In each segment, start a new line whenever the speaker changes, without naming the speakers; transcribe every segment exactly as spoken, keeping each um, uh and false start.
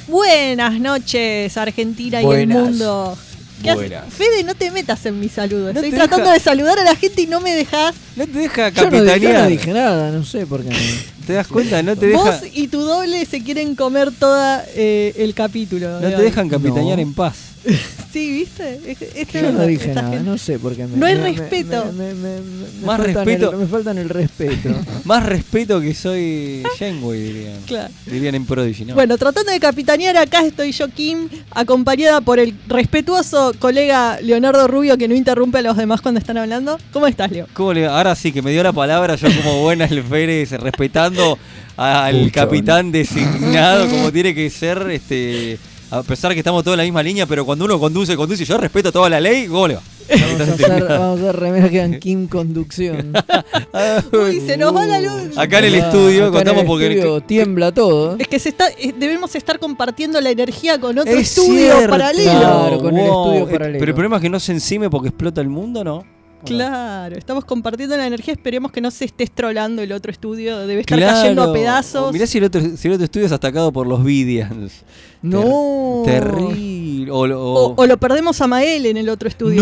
Buenas noches, Argentina
Buenas.
y el mundo. ¿Qué
Buenas.
haces? Fede, no te metas en mi saludo.
No
Estoy
te
tratando
deja-
de saludar a la gente y no me dejas.
No te deja
Yo no, dije, yo
capitanear.
no dije nada, no sé por qué.
¿Te das cuenta? No te deja,
Vos y tu doble se quieren comer todo el capítulo.
no
de
te
hoy.
dejan capitanear
No.
en paz.
Sí, ¿viste? Es, es
Yo
tremendo
no dije
esta
nada,
gente.
no sé por qué. Me,
No hay
me- me-
respeto.
Me, me- me- me
Más
faltan
respeto.
el- me faltan el respeto.
Más respeto que soy Janeway, dirían.
Claro.
Dirían en Prodigy, ¿no?
Bueno, tratando de capitanear, acá estoy yo, Kim, acompañada por el respetuoso colega Leonardo Rubio, que no interrumpe a los demás cuando están hablando. ¿Cómo estás, Leo?
¿Cómo le- Ahora sí que me dio la palabra, yo como buena alférez, respetando al
Puchón.
capitán designado como tiene que ser, este, a pesar que estamos todos en la misma línea, pero cuando uno conduce, conduce, yo respeto toda la ley, ¿cómo le va?
Vamos a hacer, vamos a hacer remeras que hagan Kim Conducción.
Uy, se nos va la luz.
Acá en el
Ah,
estudio,
acá en
contamos
el
porque...
estudio tiembla todo.
Es que se está, eh, debemos estar compartiendo la energía con otro
Es
estudio
cierto.
paralelo.
Claro, con el estudio
Eh,
paralelo.
Pero el problema es que no se encime porque explota el mundo, ¿no?
Claro, estamos compartiendo la energía, esperemos que no se esté estrolando el otro estudio, debe estar
Claro.
cayendo a pedazos.
Mirá si el otro, si el otro estudio es atacado por los Vidians.
No.
Terrible. O, lo-
O, o lo perdemos a Mael en el otro estudio.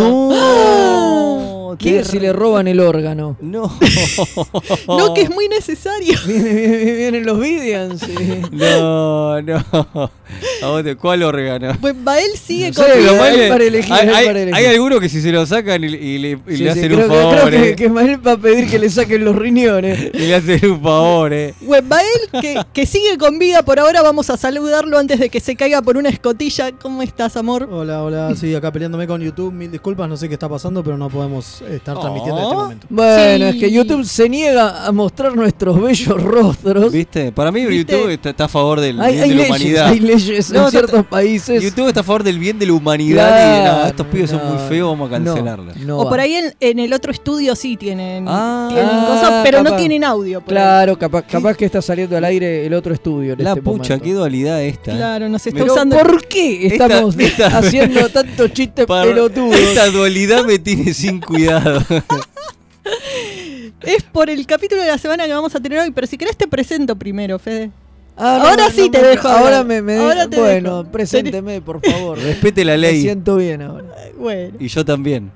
No.
¿Qué si le roban el órgano?
No.
No, que es muy necesario.
Vienen, vienen, vienen los Vidians. Sí.
No, no. ¿A vos te- ¿Cuál órgano?
Pues Mael sigue
No
con
sé,
vida.
lo mal-
Hay-
para elegir,
hay,
hay
hay-
para elegir.
hay algunos que si se lo sacan y, y le, y
Sí,
le
sí,
hacen
creo
un
que-
favor,
creo que,
eh.
que Mael va a pedir que le saquen los riñones.
Y le hacen un favor, eh.
Mael, que, que sigue con vida por ahora, vamos a saludarlo antes de que se caiga por una escotilla. ¿Cómo estás, amor?
Hola, hola, sí, acá peleándome con YouTube, mil disculpas, no sé qué está pasando, pero no podemos eh, estar
Oh.
transmitiendo en este momento.
Bueno,
Sí.
es que YouTube se niega a mostrar nuestros bellos rostros.
¿Viste? Para mí
¿Viste?
YouTube está, está a favor del
Hay,
bien
hay
de la
leyes,
humanidad.
hay leyes
No,
en
está-
ciertos países.
YouTube está a favor del bien de la humanidad y
Claro,
no, estos pibes son
no,
muy feos, vamos a
no,
cancelarlos.
no
o
va.
por ahí en, en el otro estudio sí tienen,
Ah,
tienen
ah,
cosas, pero no
capaz.
tienen audio. por ahí.
Claro, capaz, capaz que está saliendo al aire el otro estudio en
La
este
pucha,
momento.
qué dualidad esta. eh.
Claro, nos está
Pero
usando.
¿Por qué
Esta-
estamos
esta-
haciendo tantos chistes
Par-
pelotudos?
Esta dualidad me tiene sin cuidado.
Es por el capítulo de la semana que vamos a tener hoy, pero si querés te presento primero, Fede.
Ah,
Ahora sí te
me-
dejo hablar.
Ahora me, me
Ahora te
bueno,
dejo.
presénteme, por favor.
Respete la
Me
ley.
siento bien ahora.
Bueno.
Y yo también.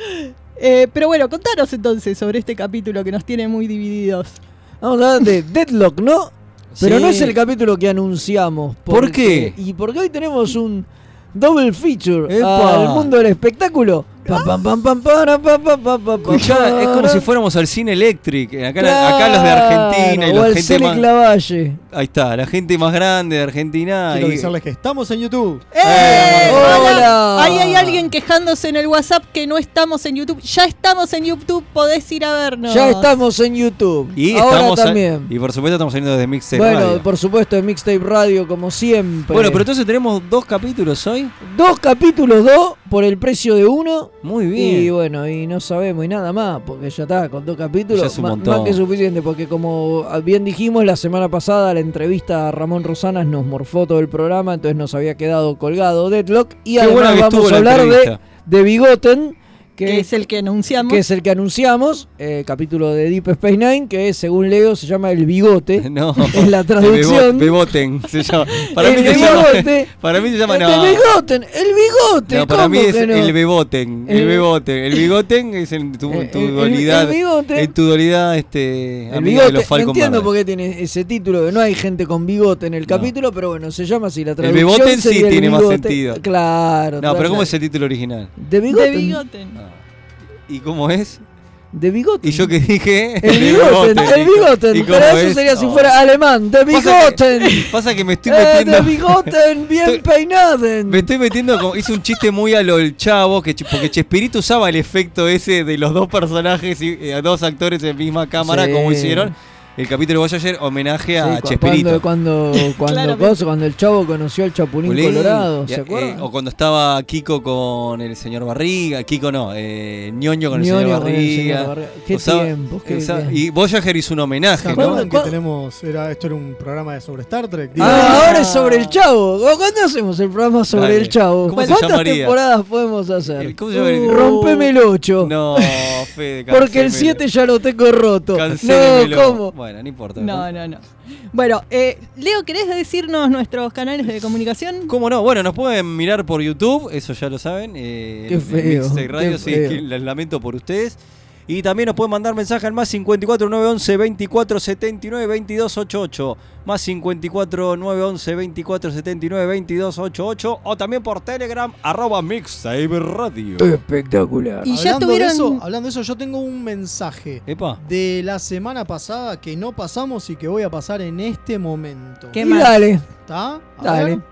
Eh, pero bueno, contanos entonces sobre este capítulo que nos tiene muy divididos.
Vamos a hablar de Deadlock, ¿no? Pero
Sí.
no es el capítulo que anunciamos.
¿Por
porque-
qué?
Y porque hoy tenemos un double feature
Epa.
al mundo del espectáculo. Pam, pam, pam, pam, para, pam, pam, pam, pam,
Escuchá, es como
para.
si fuéramos al cine Electric. Acá, acá los de Argentina y
Claro, o
la
al
gente
Celic
más.
Lavalle.
Ahí está, la gente más grande de Argentina.
Quiero
y-
avisarles que estamos en YouTube.
¡Eh!
Hola.
Ahí hay alguien quejándose en el WhatsApp que no estamos en YouTube. Ya estamos en YouTube, podés ir a vernos.
Ya estamos en YouTube.
Y
Ahora
estamos a-
también.
y por supuesto estamos saliendo desde Mixtape
Bueno,
Radio.
por supuesto, en Mixtape Radio, como siempre.
Bueno, pero entonces tenemos dos capítulos hoy.
Dos capítulos, dos, por el precio de uno.
Muy bien.
Y bueno, y no sabemos y nada más, porque ya está, con dos capítulos,
Ya es un
ma-
montón.
más que suficiente, porque como bien dijimos la semana pasada, la entrevista a Ramón Rosanas nos morfó todo el programa, entonces nos había quedado colgado Deadlock. Y
Qué buena
además
que
vamos
estuvo
a
la
hablar de,
entrevista.
de Bigoten,
Que
que,
es el que anunciamos.
que es el que anunciamos, eh, capítulo de Deep Space Nine, que según Leo se llama El Bigote.
No.
Es la traducción.
El Bebo- Beboten se llama. Para
El
mí se llama.
Bigote.
Para mí se llama
El
no.
Bigoten, el Bigote.
No, para mí
¿cómo
es
que no?
el Beboten. El
El-
Beboten. El Bigoten es en tu,
Eh,
tu
el- el-
dualidad.
el bigote.
En tu dualidad, este.
El
amiga
bigote,
de los Falcon
entiendo
Brothers.
por qué tiene ese título, que no hay gente con bigote en el
No.
capítulo, pero bueno, se llama así la traducción.
Bigoten sí
sería el
tiene más
bigote.
sentido.
Claro.
No, pero
claro.
¿cómo es el título original?
De
de
bigoten.
Bigoten.
¿Y cómo es?
De bigoten.
Y yo que dije.
El bigoten, el bigoten,
¿Y cómo
pero eso
es?
sería si
Oh.
fuera alemán. De
Pasa que-
bigoten.
Pasa que me estoy
Eh, de
metiendo.
bigoten, bien
Estoy-
peinaden.
Me estoy metiendo como. Hice un chiste muy a lo del Chavo, que, Ch- porque Chespirito usaba el efecto ese de los dos personajes y eh, dos actores en misma cámara,
Sí.
como hicieron. El capítulo de Voyager, homenaje a
Sí, cu-
Chespirito.
Cuando, cuando, cuando,
Claramente.
cosa, cuando el chavo conoció al Chapulín
Bulín,
Colorado,
y,
¿se
eh,
acuerdan?
o cuando estaba Kiko con el señor Barriga. Kiko no, eh, Ñoño con el
Ñoño
señor
con el
Barriga.
señor Barriga. Qué
Usaba-
tiempos, qué
usaba-
bien.
y Voyager hizo un homenaje,
¿Se
¿no?
acuerdan que
¿Cuándo?
tenemos, era, esto era un programa de sobre Star Trek? Digo,
Ah, ahora es sobre el Chavo. ¿Cuándo hacemos el programa sobre
Dale.
el Chavo?
¿Cómo se
¿Cuántas
llamaría?
temporadas podemos hacer?
El- ¿cómo se llama el-
Uh, Rompeme el ocho.
No, Fede,
Porque el
cancémelo.
siete ya lo tengo roto.
Cancélemelo.
No, ¿cómo?
Bueno, no importa.
No, no, no. Bueno, eh, Leo, ¿querés decirnos nuestros canales de comunicación?
¿Cómo no? Bueno, nos pueden mirar por YouTube, eso ya lo saben. Eh,
Qué
en
feo,
Mixtape Radio,
qué
sí,
feo.
que les lamento por ustedes. Y también nos pueden mandar mensaje al más cincuenta y cuatro nueve once veinticuatro setenta y nueve veintidós ochenta y ocho. Más cincuenta y cuatro nueve once veinticuatro setenta y nueve veintidós ochenta y ocho. O también por Telegram, arroba Mixtape Radio.
Espectacular.
Y ya
hablando,
tuvieron...
de eso, hablando de eso, yo tengo un mensaje
Epa.
de la semana pasada que no pasamos y que voy a pasar en este momento.
¿Qué
Y
más?
dale,
¿Está? A
dale.
ver.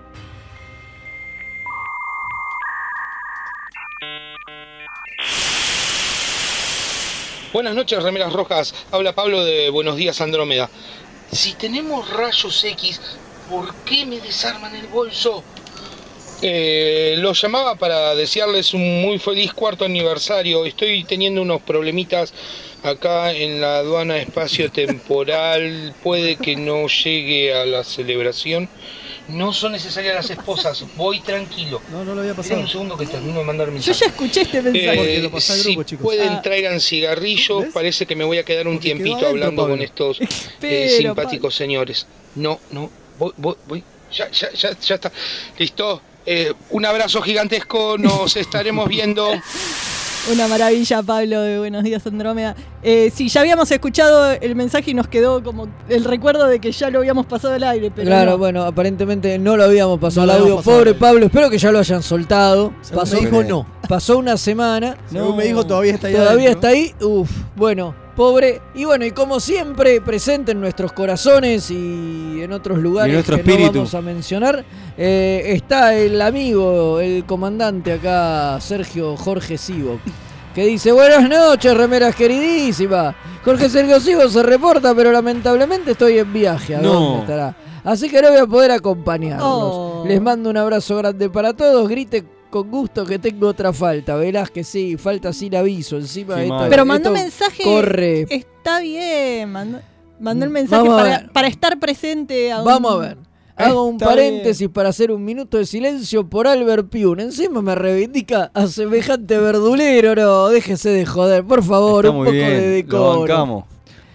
Buenas noches, Remeras Rojas. Habla Pablo de Buenos Días, Andrómeda. Si tenemos rayos X, ¿por qué me desarman el bolso? Eh, los llamaba para desearles un muy feliz cuarto aniversario. Estoy teniendo unos problemitas acá en la aduana espacio-temporal. Puede que no llegue a la celebración. No son necesarias las esposas. Voy tranquilo.
No, no lo había
Esperen
pasado.
un segundo que termino de mandar
Yo
mensaje.
ya escuché este mensaje.
Porque
Eh,
lo pasé al
si
grupo, chicos.
pueden
Ah.
traigan cigarrillos,
¿Ves?
parece que me voy a quedar un
Porque quedó
tiempito
adentro,
hablando
Pablo.
con estos eh,
Pero,
simpáticos señores. No, no, voy, voy, voy. Ya, ya, ya, ya está. Listo. Eh, un abrazo gigantesco, nos estaremos viendo.
Una maravilla, Pablo, de Buenos Días, Andrómeda. Eh, sí, ya habíamos escuchado el mensaje y nos quedó como el recuerdo de que ya lo habíamos pasado al aire, pero
Claro,
no.
bueno, aparentemente no lo habíamos pasado
No
al
lo
audio.
habíamos pasado
Pobre
al aire.
Pablo, espero que ya lo hayan soltado.
Según
Pasó,
me dijo, no.
pasó una semana.
Según me dijo, todavía está ahí
Todavía
adentro.
está ahí. Uf, bueno, pobre. Y bueno, y como siempre, presente en nuestros corazones y en otros lugares
Y nuestro
que
espíritu.
no vamos a mencionar, eh, está el amigo, el comandante acá, Sergio Jorge Sivok, que dice: buenas noches, remeras queridísimas. Jorge Sergio Sivok se reporta, pero lamentablemente estoy en viaje. ¿A
No.
dónde estará? Así que no voy a poder acompañarlos.
Oh.
Les mando un abrazo grande para todos. Grite con gusto que tengo otra falta. Verás que sí, falta sin aviso. Encima
Qué
esto-
mal.
Pero mandó
esto
mensaje.
Corre.
Está bien. Mandó, mandó el mensaje
Vamos a
para,
ver.
para estar presente. A un-
Vamos a ver. Hago un
Está
paréntesis para hacer un minuto de silencio por Albert Pune. Encima me reivindica a semejante verdulero. No, déjese de joder, por favor,
Está
un
muy
poco
bien,
de
lo
decoro.
bancamos.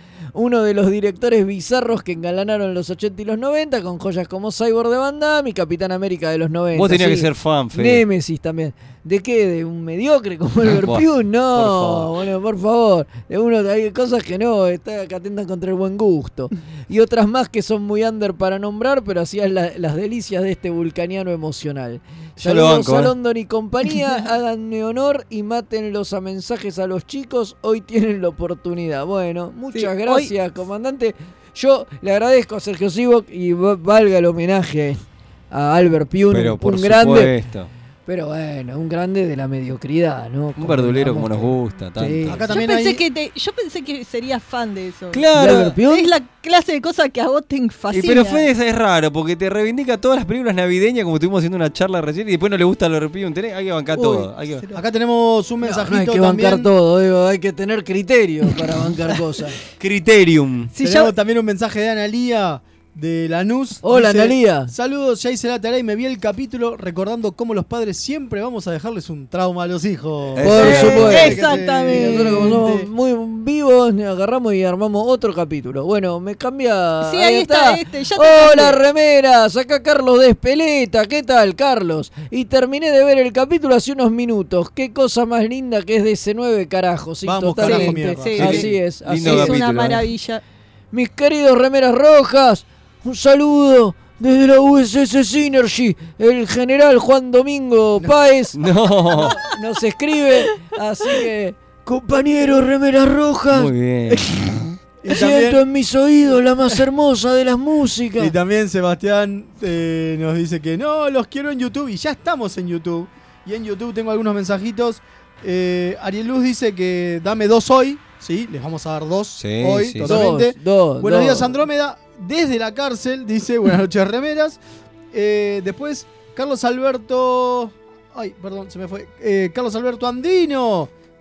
Uno de los directores bizarros que engalanaron los ochenta y los noventa con joyas como Cyborg de Van Damme y Capitán América de los noventa.
Vos tenías
sí.
que ser fan, Fede.
Némesis también. ¿De qué? ¿De un mediocre como Albert
Buah,
Pune?
por
No,
favor.
bueno, por favor. De uno, hay cosas que no, está, que atentan contra el buen gusto. Y otras más que son muy under para nombrar, pero hacían la- las delicias de este vulcaniano emocional.
Yo lo
Saludos
banco,
a
eh.
London y compañía, háganme honor y mátenlos a mensajes a los chicos, hoy tienen la oportunidad. Bueno, muchas
Sí,
gracias, comandante. Yo le agradezco a Sergio Sivok y va- valga el homenaje a Albert Pune,
Pero
un,
por
un grande.
supuesto.
Pero bueno, un grande de la mediocridad, ¿no?
Un verdulero como nos
Convengamos
gusta,
que-
tanto.
Sí.
Acá
Yo
también
pensé,
hay...
que te- yo pensé que serías fan de eso.
¿De
Claro.
Albert Pune?
Es la clase de cosa que a vos te
Y
fascina.
pero Fede es raro, porque te reivindica todas las películas navideñas, como estuvimos haciendo una charla recién, y después no le gusta lo repito. Hay que bancar
Uy,
todo. Hay que...
se lo-
Acá tenemos un
No,
mensajito
no hay que
también.
bancar todo, digo, hay que tener criterio para bancar cosas.
Criterium.
Sí,
Tenemos
yo-
también un mensaje de Analía de Lanús.
Hola,
Dice,
Analía.
Saludos, ya hice la tarea y me vi el capítulo recordando cómo los padres siempre vamos a dejarles un trauma a los hijos.
Por
Eh,
supuesto.
Exactamente.
Nosotros como somos muy vivos, agarramos y armamos otro capítulo. Bueno, me cambia.
Sí, ahí está este, ya te
Hola,
cambié.
remeras. Acá Carlos de Espeleta. ¿Qué tal, Carlos? Y terminé de ver el capítulo hace unos minutos. Qué cosa más linda que es de ese nueve, carajo. Sí,
Vamos,
totalmente.
carajo, mierda.
Sí,
Así
sí.
es. Así
Lindo
es.
es
capítulo,
una
eh.
maravilla.
Mis queridos remeras rojas, un saludo desde la U S S Synergy. El general Juan Domingo Páez
No.
nos escribe. Así que, compañeros remeras rojas,
Muy bien.
Y
siento
también,
en mis oídos la más hermosa de las músicas.
y también Sebastián eh, nos dice que no, los quiero en YouTube. Y ya estamos en YouTube. Y en YouTube tengo algunos mensajitos. Eh, Ariel Luz dice que dame dos hoy. Sí, les vamos a dar dos
Sí,
hoy,
sí, sí.
totalmente.
Dos, dos,
Buenos
dos.
días, Andrómeda. Desde la cárcel, dice, buenas noches, remeras. Eh, después, Carlos Alberto. Ay, perdón, se me fue. Eh, Carlos Alberto Andino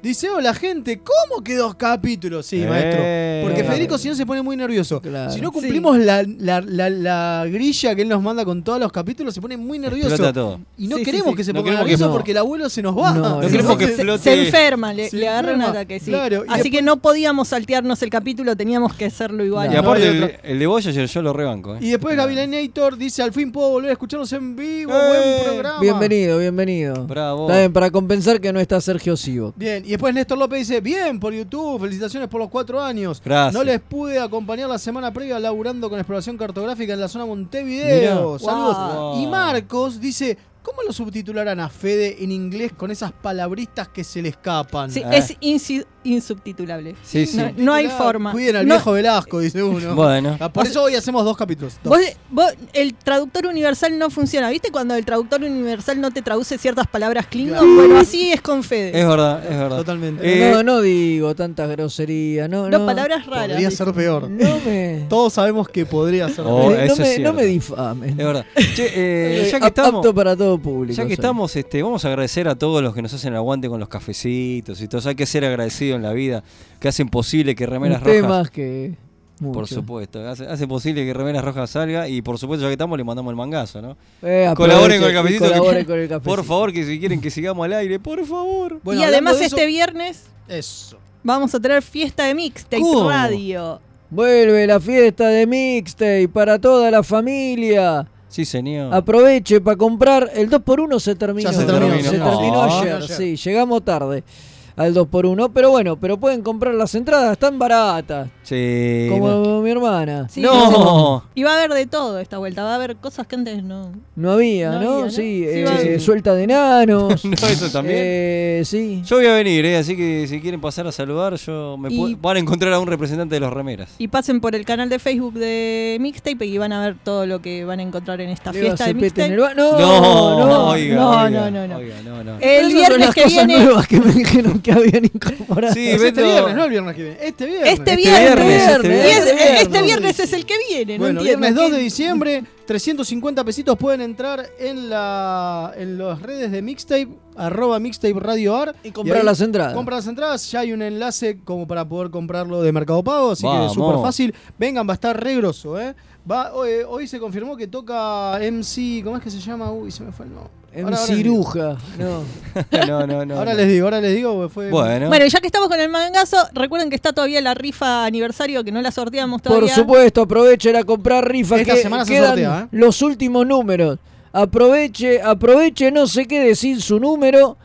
Dice, hola gente, ¿cómo que dos capítulos? Sí,
Eh,
maestro. Porque
claro.
Federico si no se pone muy nervioso.
Claro.
Si no cumplimos la, la, la, la grilla que él nos manda con todos los capítulos, se pone muy nervioso.
Explota todo.
Y no
Sí, sí,
queremos
sí.
que se
No
ponga
queremos que
nervioso
no.
porque el abuelo se nos va.
No,
No
no
queremos que
se,
explote.
se enferma, le,
Se
le agarra un
enferma,
ataque, sí.
claro, y
Así
después-
que no podíamos saltearnos el capítulo, teníamos que hacerlo igual.
Y
Claro.
aparte,
No hay
el,
otra.
el de Voyager yo lo rebanco. ¿eh?
Y después Gavilator dice, al fin puedo volver a escucharnos en vivo.
¡Eh!
Buen programa.
Bienvenido, bienvenido.
Bravo.
Está bien, para compensar que no está Sergio Sivo.
Bien, y después Néstor López dice, bien por YouTube, felicitaciones por los cuatro años.
Gracias.
No les pude acompañar la semana previa laburando con exploración cartográfica en la zona Montevideo.
Mirá.
Saludos.
Wow.
Y Marcos dice, ¿cómo lo subtitularán a Fede en inglés con esas palabristas que se le escapan?
Sí,
Eh.
es insi- insubtitulable.
Sí, sí.
No, no hay forma.
Cuiden al
No-
viejo Velasco, dice uno.
Bueno.
Ah, por eso hoy hacemos dos capítulos. dos.
Vos, vos- el traductor universal no funciona. ¿Viste cuando el traductor universal no te traduce ciertas palabras Klingon?
Claro.
Bueno, así es con Fede.
Es verdad, es verdad.
Totalmente.
Eh,
No, no digo tantas groserías. No,
no,
no,
palabras raras.
Podría
dice.
ser peor.
No me,
Todos sabemos que podría ser
Oh,
no
peor.
me-
eso
no,
es
me, no
cierto.
me difamen.
Es verdad. Che, eh, ya que
Ap-
estamos,
Apto para todo público.
ya que
soy.
estamos este, vamos a agradecer a todos los que nos hacen el aguante con los cafecitos y todo. Hay que ser agradecido en la vida, que hacen posible que Remeras
Usted
Rojas,
más que mucho.
por supuesto, hace, hace posible que Remeras Rojas salga y por supuesto ya que estamos le mandamos el mangazo, ¿no?
Eh,
Colaboren con el
aproveche y
cafecito.
colaboren
que-
con el cafecito.
Por favor, que si quieren que sigamos al aire, por favor.
Bueno,
y además
hablando de eso-
este viernes
Eso.
vamos a tener fiesta de Mixtape
¿Cómo?
Radio.
Vuelve la fiesta de Mixtape para toda la familia.
Sí, señor.
Aproveche para comprar. El dos por uno se terminó.
Ya se terminó,
Se
sí.
terminó
Ah.
ayer,
Ayer.
sí. Llegamos tarde al dos por uno. Pero bueno, pero pueden comprar las entradas. Están baratas.
Sí.
Como mi hermana.
Sí,
No.
Y va a haber de todo esta vuelta. Va a haber cosas que antes no.
No había,
No
¿no?
había, ¿no?
Sí,
Sí,
eh,
va a haber.
suelta de enanos.
No, eso también.
Eh, sí.
Yo voy a venir, ¿eh? Así que si quieren pasar a saludar, yo me
Y-
pu- van a encontrar a un representante de los remeras.
Y pasen por el canal de Facebook de Mixtape y van a ver todo lo que van a encontrar en esta
Leo
fiesta de
Cepete en
Mixtape.
el ba- No,
No,
no,
oiga,
no,
oiga,
no, no, no.
oiga, no, no.
El
Esas son
viernes
las
que
cosas
viene.
nuevas que me dijeron que habían incorporado.
Sí,
Es este
Beto-
viernes, no el viernes que viene. Este viernes.
Este
Este
viernes.
viernes, este
Y
viernes.
es-
Este viernes.
este viernes es el que viene.
Bueno,
no entiendo.
viernes dos de
¿Qué-
diciembre, trescientos cincuenta pesitos pueden entrar en la en las redes de Mixtape, arroba Mixtape Radio Ar.
Y comprar
ahí
las entradas.
Compran las entradas, ya hay un enlace como para poder comprarlo de Mercado Pago, así
Vamos.
que súper fácil. Vengan, va a estar re grosso, ¿eh? Va, hoy, hoy se confirmó que toca M C, ¿cómo es que se llama? Uy, se me fue el nombre.
En
Ahora- ahora les digo.
ciruja. No.
No, no, no.
Ahora
no.
les digo, ahora les digo, porque fue...
Bueno,
Bueno, ya que estamos con el mangazo, recuerden que está todavía la rifa aniversario que no la sorteamos
Por
todavía.
supuesten aprovechen a comprar rifas.
Esta
que
semana se
quedan
sortea, ¿eh?
los últimos números. Aproveche, aproveche, no se quede sin su número.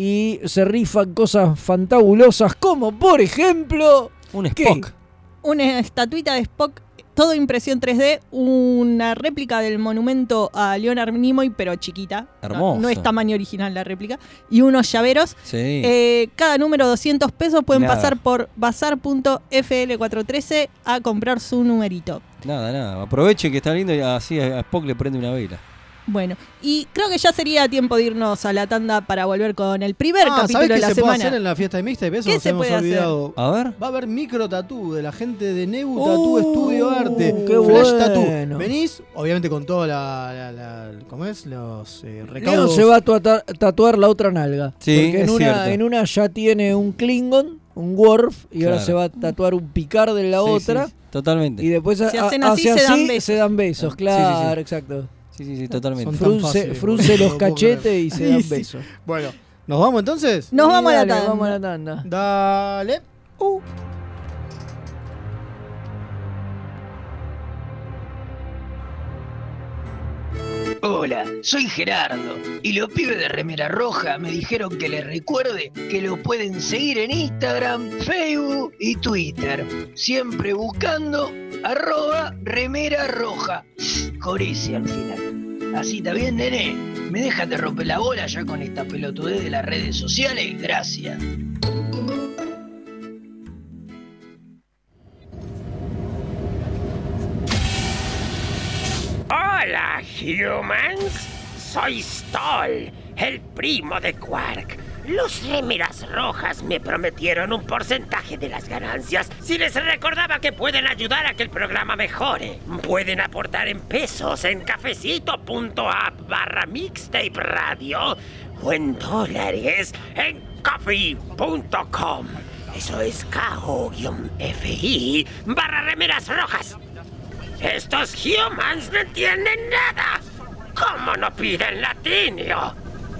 Y se rifan cosas fantabulosas como, por ejemplo...
un
¿qué?
Spock.
Una estatuita de Spock, todo impresión tres D, una réplica del monumento a Leonard Nimoy, pero chiquita. No-
Hermoso.
No, es tamaño original la réplica. Y unos llaveros.
Sí.
Eh, cada número doscientos pesos. Pueden
Nada.
pasar por bazar punto f l cuatrocientos trece a comprar su numerito.
Nada, nada. Aproveche que está lindo y así a Spock le prende una vela.
Bueno, y creo que ya sería tiempo de irnos a la tanda para volver con el primer
Ah,
capítulo
¿sabés
de
qué
la
se puede
semana.
hacer en la fiesta de Mixtape? Eso
¿Qué
nos
se
hemos
puede hacer?
olvidado.
A ver.
Va a haber micro tatú de la gente de Nebu
Oh,
Tatú Estudio Arte.
qué
Flash
bueno.
Tatú. Venís, obviamente con toda la, la, la- ¿cómo es? Los eh,
Leo
recaudos.
se va a tatuar, tatuar la otra nalga.
Sí,
porque en
es
una,
cierto.
en una ya tiene un Klingon, un Worf, y ahora
Claro.
se va a tatuar un Picard en la
Sí,
otra.
sí, totalmente.
Y después
Si
a-
hacen
a-
así,
hace
se dan
así,
besos.
se dan besos,
Sí,
claro,
sí, sí.
exacto.
Sí, sí, sí, totalmente.
Son tan
Frunce,
fáciles,
frunce
boludo,
los
no puedo
cachetes
creer.
y se
Sí,
dan
sí.
besos.
Bueno, ¿nos vamos entonces?
Nos
Y
vamos a la
dale,
tanda.
Vamos a la tanda.
Dale.
Uh.
Hola, soy Gerardo y los pibes de Remera Roja me dijeron que les recuerde que lo pueden seguir en Instagram, Facebook y Twitter, siempre buscando arroba Remera Roja. Jorici al final. Así está bien, nene. ¿Me dejas de romper la bola ya con esta pelotudez de las redes sociales? Gracias.
Hola, humans. Soy Stoll, el primo de Quark. Los Remeras Rojas me prometieron un porcentaje de las ganancias si les recordaba que pueden ayudar a que el programa mejore. Pueden aportar en pesos en cafecito.app barra mixtape radio o en dólares en Ko-fi punto com. Eso es K-O-F-I barra remeras rojas. Estos humans no entienden nada. ¿Cómo no piden latinio?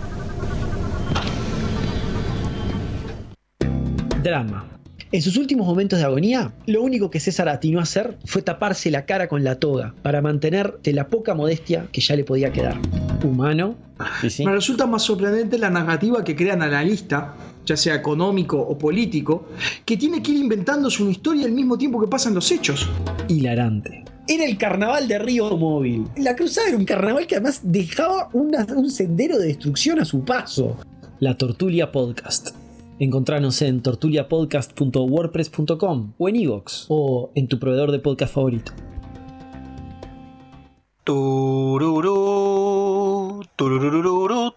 Drama. En sus últimos momentos de agonía, lo único que César atinó a hacer fue taparse la cara con la toga para mantener de la poca modestia que ya le podía quedar. Humano.
Sí, sí. Me resulta más sorprendente la narrativa que crea el analista, ya sea económico o político, que tiene que ir inventándose una historia al mismo tiempo que pasan los hechos.
Hilarante. Era el carnaval de Río Móvil. La cruzada era un carnaval que además dejaba una, un sendero de destrucción a su paso. La Tortulia Podcast. Encontranos en tortulia podcast punto wordpress punto com o en iVoox o en tu proveedor de podcast favorito.
Tururú, tururú,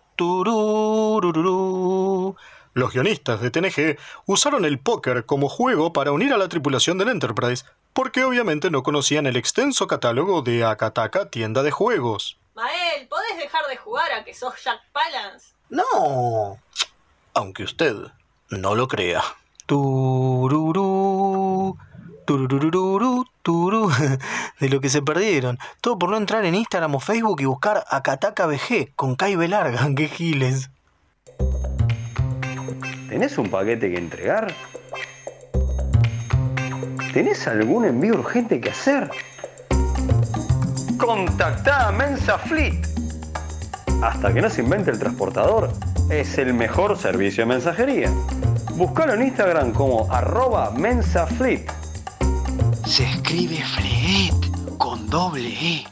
tururú. Los guionistas de T N G usaron el póker como juego para unir a la tripulación del Enterprise, porque obviamente no conocían el extenso catálogo de Akataka tienda de juegos.
Mael, ¿podés dejar de jugar a que sos Jack Palance?
No, aunque usted no lo crea. Tururú, tururú, tururú. De lo que se perdieron. Todo por no entrar en Instagram o Facebook y buscar Akataka B G con K y B larga. ¡Qué giles!
¿Tenés un paquete que entregar? ¿Tenés algún envío urgente que hacer? Contactá a Mensa Fleet. Hasta que no se invente el transportador, es el mejor servicio de mensajería. Búscalo en Instagram como arroba mensafleet.
Se escribe Fleet con doble E.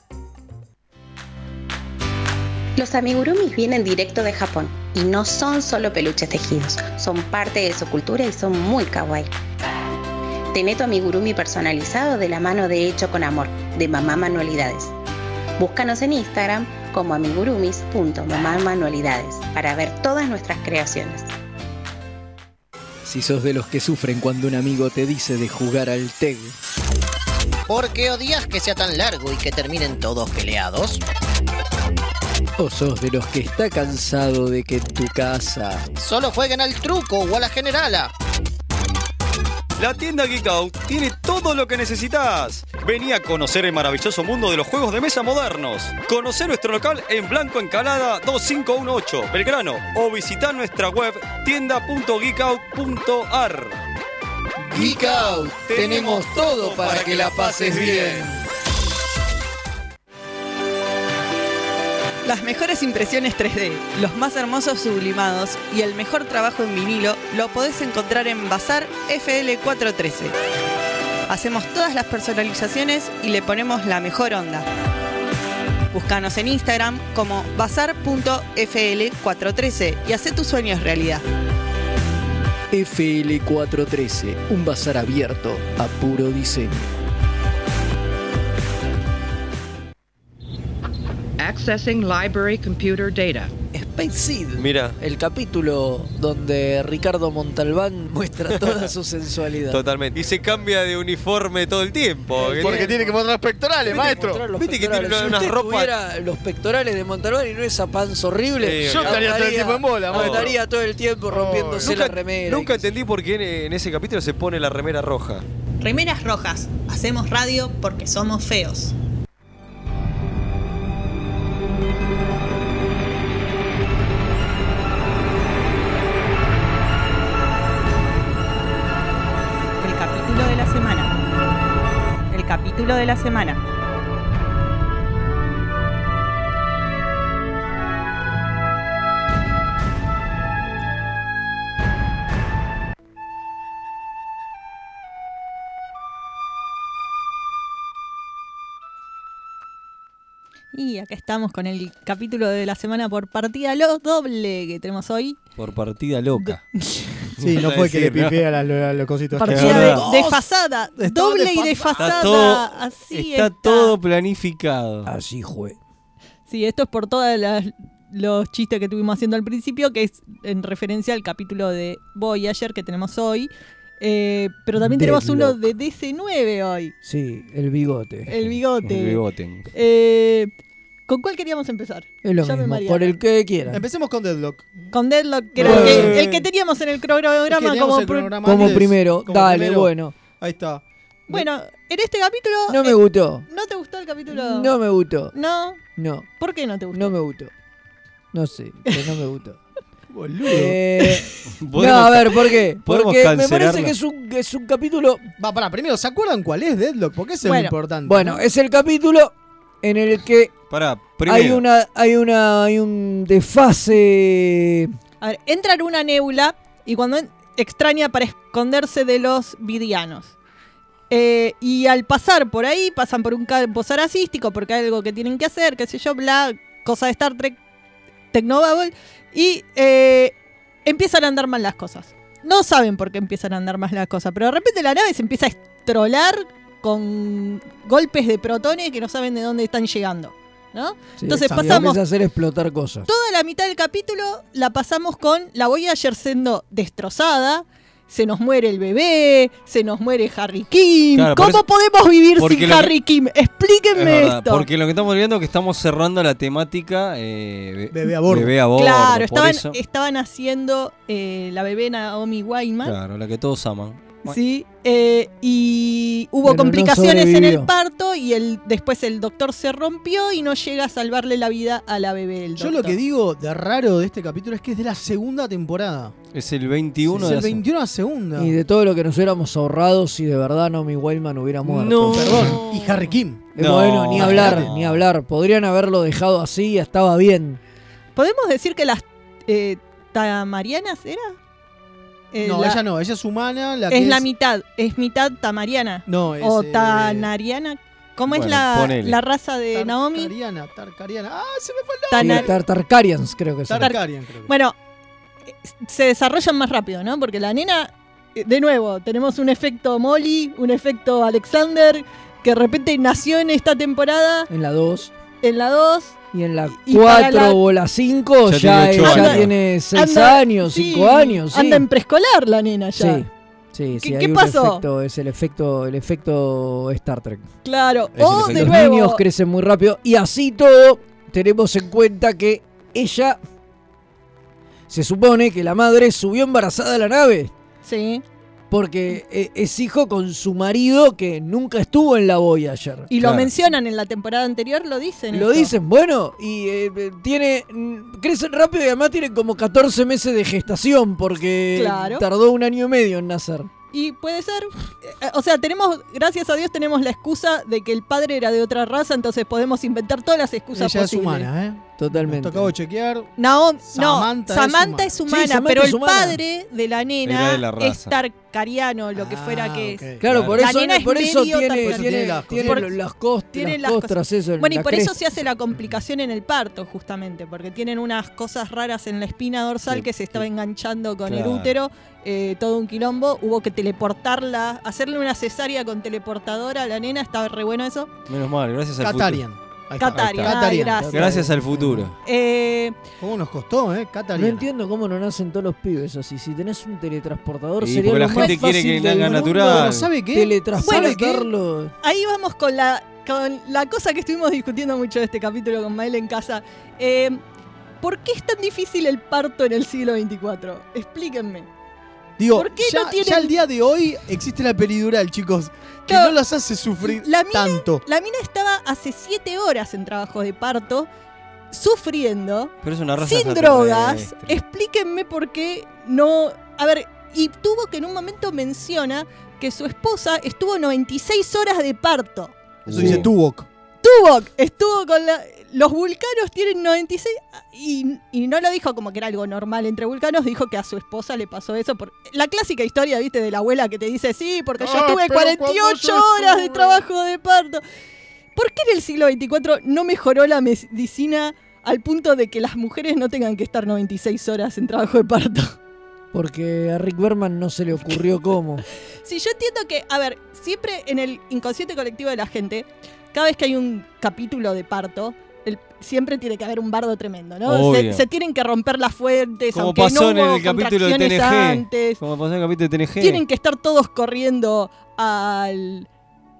Los amigurumis vienen directo de Japón y no son solo peluches tejidos, son parte de su cultura y son muy kawaii. Tené tu amigurumi personalizado de la mano de Hecho con Amor, de Mamá Manualidades. Búscanos en Instagram como amigurumis punto mamá manualidades para ver todas nuestras creaciones.
Si sos de los que sufren cuando un amigo te dice de jugar al T E G.
¿Por qué odias que sea tan largo y que terminen todos peleados?
¿O sos de los que está cansado de que en tu casa
solo jueguen al truco o a la generala?
La tienda Geek Out tiene todo lo que necesitas. Vení a conocer el maravilloso mundo de los juegos de mesa modernos. Conocé nuestro local en Blanco Encalada dos cinco uno ocho, Belgrano. O visitá nuestra web tienda punto geek out punto a r.
Geek Out, tenemos todo para que la pases bien.
Las mejores impresiones tres D, los más hermosos sublimados y el mejor trabajo en vinilo lo podés encontrar en Bazar F L cuatrocientos trece. Hacemos todas las personalizaciones y le ponemos la mejor onda. Búscanos en Instagram como bazar punto f l cuatrocientos trece y hacé tus sueños realidad.
F L cuatrocientos trece, un bazar abierto a puro diseño.
Accessing Library Computer Data.
Space Seed.
Mira.
El capítulo donde Ricardo Montalbán muestra toda su sensualidad.
Totalmente. Y se cambia de uniforme todo el tiempo.
Porque tiene que mostrar pectorales, maestro.
Viste que tiene
unas
si usted
ropas.
tuviera los pectorales de Montalbán y no esa panza horrible.
Sí,
yo estaría todo el tiempo en bola, maestro.
Estaría todo el tiempo rompiéndose
Nunca,
la remera.
nunca entendí por qué en, en ese capítulo se pone la remera roja.
Remeras rojas, hacemos radio porque somos feos. Capítulo de la semana. Y acá estamos con el capítulo de la semana por partida lo doble que tenemos hoy.
Por partida loca.
Sí, no fue que le pifié a los cositos.
Partida de, desfasada, doble y desfasada.
Está todo,
así
está
está.
todo planificado.
Así fue.
Sí, esto es por todos los chistes que estuvimos haciendo al principio, que es en referencia al capítulo de Voyager que tenemos hoy. Eh, pero también tenemos
Deadlock.
uno de D C nueve hoy.
Sí, el bigote.
El bigote.
El bigote.
Eh,
¿Con cuál queríamos empezar?
Es lo
Llame
mismo,
Mariana.
por el que quiera.
Empecemos con Deadlock.
Con Deadlock, que era el que, el que teníamos en el cronograma
Teníamos
como,
el
pr-
cronograma
Como
antes,
primero,
como
dale,
primero.
bueno.
Ahí está.
Bueno, en este capítulo...
No me
eh,
gustó.
¿No te gustó el capítulo?
No me gustó.
¿No?
No,
¿Por qué no te gustó?
no me gustó. No sé, pero no me gustó.
Boludo.
Eh, no,
Podemos
a ver, ¿por qué?
podemos
Porque me
cancelarla.
parece que es un, que es un capítulo...
Va, pará, primero, ¿se acuerdan cuál es Deadlock? Porque eso
Bueno,
es lo importante.
Bueno,
¿no?
es el capítulo en el que
Pará, primero.
hay una hay una hay un desfase.
A ver, entra en una nebula y cuando en- extraña para esconderse de los vidianos. Eh, y al pasar por ahí, pasan por un campo saracístico porque hay algo que tienen que hacer, qué sé yo, bla, cosa de Star Trek, Tecnobabble, y eh, empiezan a andar mal las cosas. No saben por qué empiezan a andar mal las cosas, pero de repente la nave se empieza a estrolar con golpes de protones que no saben de dónde están llegando, ¿no?
Sí,
Entonces
y
pasamos
empieza a hacer explotar cosas.
toda la mitad del capítulo la pasamos con la Voyager siendo destrozada. Se nos muere el bebé, se nos muere Harry Kim.
Claro, por
¿Cómo
eso-
podemos vivir
porque
sin
lo que-
Harry Kim?
Es
Explíquenme
verdad,
esto.
porque lo que estamos viendo es que estamos cerrando la temática eh, be-
Bebé a bordo.
Bebé a bordo,
Claro,
por
estaban,
eso.
estaban haciendo eh, la bebé Naomi Weinman.
Claro, la que todos aman.
Sí, eh, y hubo
Pero no
complicaciones en el
sobrevivió.
parto y el, después el doctor se rompió y no llega a salvarle la vida a la bebé. El
Yo lo
doctor.
que digo de raro de este capítulo es que es de la segunda temporada.
Es el veintiuno
es
de
el
la
veintiuno a segunda.
Y de todo lo que nos hubiéramos ahorrado si de verdad Naomi Wildman hubiera muerto.
No.
Perdón. Y Harry Kim.
Eh,
No,
bueno, ni hablar,
no.
ni hablar. Podrían haberlo dejado así, estaba bien.
¿Podemos decir que las eh, tamarianas era? Eh,
No,
la-
ella no, ella es humana. La que
es la mitad, es mitad tamariana.
No, es.
o
eh,
tanariana. ¿Cómo es
Bueno,
la,
ponele.
la raza de Naomi?
Tarkariana, Tarkariana. Ah, se me fue el
Sí,
Tanar-
Tar- Tarkarians creo que son.
Tarkarian, creo que.
Bueno, eh, se desarrollan más rápido, ¿no? Porque la nena, eh, de nuevo, tenemos un efecto Molly, un efecto Alexander, que de repente nació en esta temporada,
En la dos.
en la dos.
Y en la
Y para
cuatro
la-
o la cinco
Ya
ya,
tiene ocho
ella
años.
tiene seis
anda-
años,
sí,
cinco años. Sí.
Anda en preescolar la nena ya.
Sí, sí, sí,
¿Qué-
hay
qué
un
pasó?
efecto, es el efecto, el efecto Star Trek.
Claro.
Es
O
el
de
Los
nuevo.
niños crecen muy rápido y así todo tenemos en cuenta que ella se supone que la madre subió embarazada a la nave
Sí.
porque eh, es hijo con su marido que nunca estuvo en la Voyager.
Y
Claro.
lo mencionan en la temporada anterior, lo dicen.
Lo
esto.
dicen, bueno, y eh, eh, tiene mm, crecen rápido y además tienen como catorce meses de gestación porque
Claro.
tardó un año y medio en nacer.
Y puede ser, eh, o sea, tenemos, gracias a Dios tenemos la excusa de que el padre era de otra raza, entonces podemos inventar todas las excusas
Ella es
posibles.
humana, ¿eh?
Totalmente.
Nos acabo de chequear.
Naomi,
Samantha
no,
es
Samantha es
humana.
humana,
Sí, Samantha
pero
es
el
humana.
padre de la
Era
nena
de la raza.
es tarcariano, lo que
Ah,
fuera que
ok.
es.
Claro, por
La
eso,
nena es
por eso
medio
tiene,
tartaruga.
tiene,
Tiene las
tiene
cosas.
las, cost-
Tiene
las
las
costras, eso. en
Bueno, y
la
por eso
cresta.
se hace la complicación en el parto, justamente, porque tienen unas cosas raras en la espina dorsal
Sí,
que se estaba enganchando con
Claro.
el útero, eh, todo un quilombo. Hubo que teleportarla, hacerle una cesárea con teleportadora a la nena, estaba re bueno eso.
Menos mal, gracias al
Catarian.
futuro.
Ahí está.
Catarian, ay,
Catarian.
gracias.
Gracias al futuro.
Eh,
¿Cómo nos costó, eh?
No
Catarian.
entiendo cómo no nacen todos los pibes así. Si tenés un teletransportador,
Sí,
sería
porque
lo
la
más
gente quiere
fácil
que
del
nazca
mundo.
natural.
Bueno, ¿sabe qué?
Teletransportarlo.
ahí vamos con la, con la cosa que estuvimos discutiendo mucho de este capítulo con Mael en casa. Eh, ¿Por qué es tan difícil el parto en el siglo veinticuatro? Explíquenme.
Digo,
¿Por qué
ya,
no tienen-
ya al día de hoy existe la peridural, chicos, que
Claro.
no las hace sufrir
La mina-
tanto.
La mina estaba hace siete horas en trabajo de parto, sufriendo,
Pero es una raza
sin drogas.
extraterrestre.
Explíquenme por qué no... A ver, y tuvo que en un momento menciona que su esposa estuvo noventa y seis horas de parto.
Eso dice Tuvok.
Tuvok estuvo con la... Los vulcanos tienen noventa y seis y, y no lo dijo como que era algo normal entre vulcanos, dijo que a su esposa le pasó eso. Por, la clásica historia, viste, de la abuela que te dice, sí, porque yo
Ah,
estuve
pero
cuarenta y
cuando
ocho
yo
horas de
estuve".
trabajo de parto. ¿Por qué en el siglo veinticuatro no mejoró la medicina al punto de que las mujeres no tengan que estar noventa y seis horas en trabajo de parto?
Porque a Rick Berman no se le ocurrió cómo.
Sí, yo entiendo que, a ver, siempre en el inconsciente colectivo de la gente, cada vez que hay un capítulo de parto, el- siempre tiene que haber un bardo tremendo, ¿no? Se,
Obvio.
se tienen que romper las fuentes,
Como
aunque
pasó
no
en
hubo
el capítulo de T
contracciones
N G.
antes.
Como pasó en el capítulo de T N G.
Tienen que estar todos corriendo al,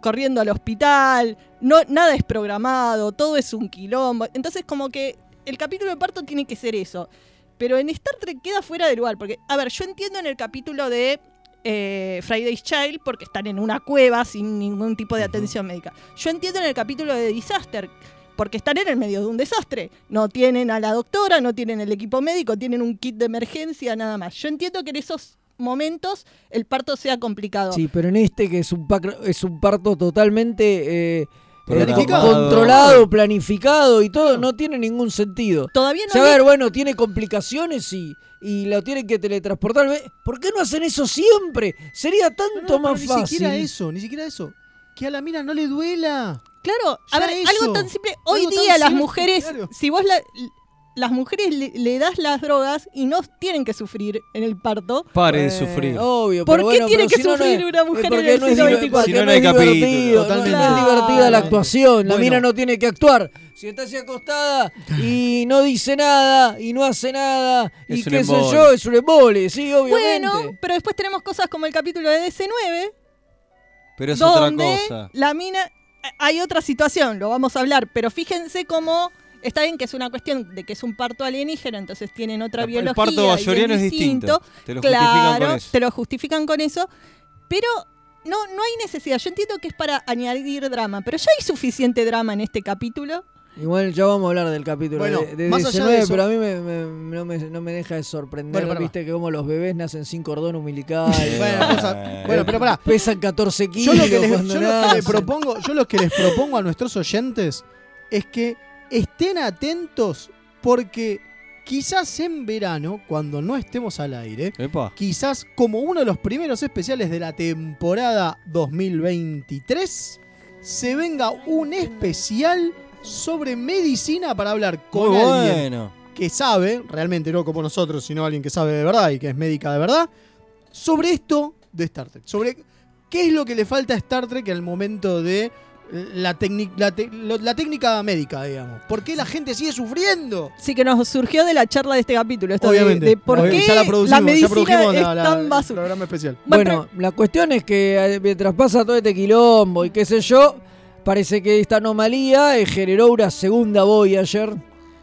corriendo al hospital, no, nada es programado, todo es un quilombo. Entonces como que el capítulo de parto tiene que ser eso. Pero en Star Trek queda fuera de lugar, porque, a ver, yo entiendo en el capítulo de eh, Friday's Child, porque están en una cueva sin ningún tipo de atención médica. Yo entiendo en el capítulo de Disaster, porque están en el medio de un desastre. No tienen a la doctora, no tienen el equipo médico, tienen un kit de emergencia, nada más. Yo entiendo que en esos momentos el parto sea complicado.
Sí, pero en este que es un, pac- es un parto totalmente eh,
Planificado.
eh, controlado, planificado y todo, no tiene ningún sentido.
Todavía no
O sea, a
hay-
ver, bueno, tiene complicaciones y, y lo tienen que teletransportar. Ve, ¿por qué no hacen eso siempre? Sería tanto
No,
más
pero
fácil.
Ni siquiera eso, ni siquiera eso. Que a la mina no le duela.
Claro, a
Ya
ver,
eso.
algo tan simple. Hoy
Algo tan
día las
simple,
mujeres,
claro.
si vos la- las mujeres le, le das las drogas y no tienen que sufrir en el parto.
Pare de
Eh,
sufrir.
Obvio,
¿Por
pero
qué
bueno,
tiene
pero
que
si no, no
sufrir
es-
una mujer
es
en
porque
el
no es
siglo
diver-
veinticuatro?
porque
Si no,
no
no hay
es
capítulo.
divertido, no-
Totalmente.
no es divertida la
Claro.
actuación. La
Bueno.
mina no tiene que actuar. Si está así acostada y no dice nada y no hace nada y
Es un
qué sé
embole.
yo, es un embole, sí, obviamente.
Bueno, pero después tenemos cosas como el capítulo de D C nueve,
Pero es otra
donde
cosa.
la mina... Hay otra situación, lo vamos a hablar, pero fíjense cómo... Está bien que es una cuestión de que es un parto alienígena, entonces tienen otra
El
biología.
parto
y
bayoriano es distinto. Te lo justifican
claro,
con eso.
te lo justifican con eso. Pero no, no hay necesidad. Yo entiendo que es para añadir drama, pero ya hay suficiente drama en este capítulo.
Igual ya vamos a hablar del capítulo
Bueno,
de, de
más allá
diecinueve,
de eso-
pero a mí me, me- no, me, no me deja de sorprender,
Bueno, pará.
viste que como los bebés nacen sin cordón umbilical.
Bueno, cosa- bueno, pero pará.
Pesan catorce
Yo
kilos
lo que les,
cuando
yo lo que les
nacen.
propongo, yo lo que les propongo a nuestros oyentes es que estén atentos porque quizás en verano, cuando no estemos al aire,
Epa.
quizás como uno de los primeros especiales de la temporada dos mil veintitrés, se venga un especial sobre medicina para hablar con
Muy
alguien
bueno.
que sabe, realmente no como nosotros, sino alguien que sabe de verdad y que es médica de verdad, sobre esto de Star Trek. Sobre qué es lo que le falta a Star Trek al momento de la, tecni- la, te- lo- la técnica médica, digamos. ¿Por qué la gente sigue sufriendo?
Sí, que nos surgió de la charla de este capítulo. Esto de-
Obviamente.
de, por
Obviamente.
qué
Ya la
la,
producimos, ya
medicina
produjimos
es
la- la-
tan
el
basura.
programa especial.
Bueno, la cuestión es que eh, mientras pasa todo este quilombo y qué sé yo, parece que esta anomalía eh, generó una segunda Voyager,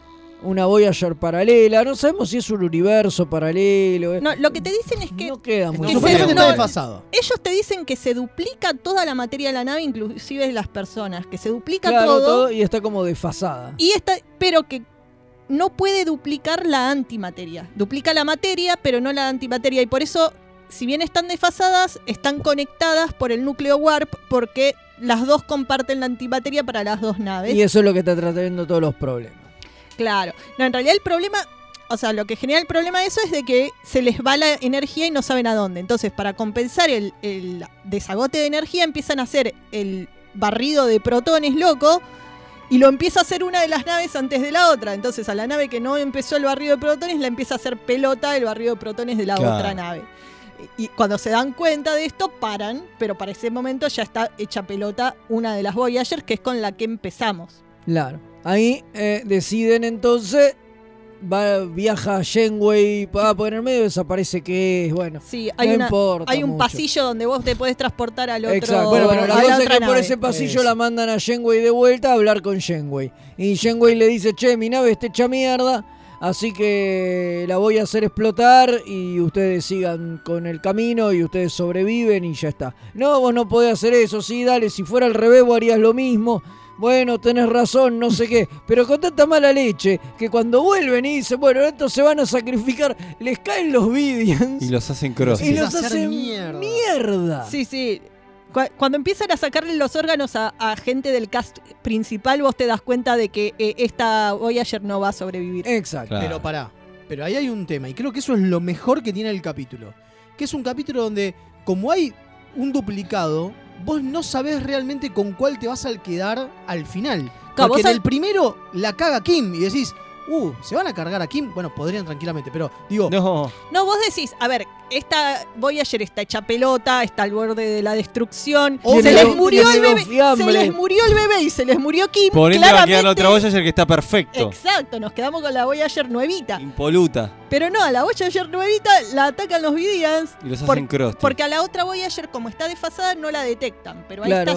una Voyager paralela. No sabemos si es un universo paralelo. eh.
No, lo que te dicen es que,
No queda muy
que
claro.
se-
está
no,
desfasado.
ellos te dicen que se duplica toda la materia de la nave, inclusive las personas, que se duplica
Claro,
todo,
todo y está como desfasada.
y está, pero que no puede duplicar la antimateria. Duplica la materia, pero no la antimateria, y por eso, si bien están desfasadas, están conectadas por el núcleo warp, porque las dos comparten la antimateria para las dos naves.
Y eso es lo que está trayendo todos los problemas.
Claro. No, en realidad el problema, o sea, lo que genera el problema de eso es de que se les va la energía y no saben a dónde. Entonces, para compensar el, el desagote de energía, empiezan a hacer el barrido de protones loco y lo empieza a hacer una de las naves antes de la otra. Entonces, a la nave que no empezó el barrido de protones, la empieza a hacer pelota el barrido de protones de la
Claro.
otra nave. Y cuando se dan cuenta de esto, paran, pero para ese momento ya está hecha pelota una de las Voyager, que es con la que empezamos.
Claro. Ahí eh, deciden entonces, va, viaja a Janeway, va por el medio desaparece que es, bueno,
Sí, hay,
no
una-
importa
hay un
mucho.
pasillo donde vos te podés transportar al otro.
Exacto. Bueno, pero la
a
cosa es
otra
que por
nave.
ese pasillo
Eso.
la mandan a Janeway de vuelta a hablar con Janeway. Y Janeway le dice, che, mi nave está hecha mierda, así que la voy a hacer explotar y ustedes sigan con el camino y ustedes sobreviven y ya está. No, vos no podés hacer eso, sí, dale, si fuera al revés vos harías lo mismo. Bueno, tenés razón, no sé qué. Pero con tanta mala leche que cuando vuelven y dicen, bueno, estos se van a sacrificar, les caen los Vidians
Y los hacen cross.
y los
Empieza a hacer
hacen
mierda.
mierda.
Sí, sí. Cu- Cuando empiezan a sacarle los órganos a, a gente del cast principal, vos te das cuenta de que eh, esta Voyager no va a sobrevivir.
Exacto.
Claro.
Pero pará, pero ahí hay un tema, y creo que eso es lo mejor que tiene el capítulo. Que es un capítulo donde, como hay un duplicado, vos no sabés realmente con cuál te vas a quedar al final.
Claro,
Porque
vos
en
al-
el primero la caga Kim y decís, uh, ¿se van a cargar a Kim? Bueno, podrían tranquilamente, pero digo,
No,
No, vos decís, a ver, esta Voyager está hecha pelota, está al borde de la destrucción,
Tiene
se les
dos-
murió
tiene
el
dos
bebé, se
fiambres.
les murió el bebé y se les murió Kim.
por ende va a quedar la
claramente-
otra Voyager que está perfecto.
Exacto, nos quedamos con la Voyager nuevita.
Impoluta.
Pero no, a la Voyager nuevita la atacan los Vidians.
Y los
por-
hacen cross. tío.
Porque a la otra Voyager, como está desfasada, no la detectan. Pero ahí
Claro.
está sí.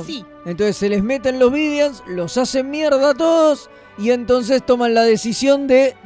Entonces se les meten los Vidians, los hacen mierda a todos y entonces toman la decisión de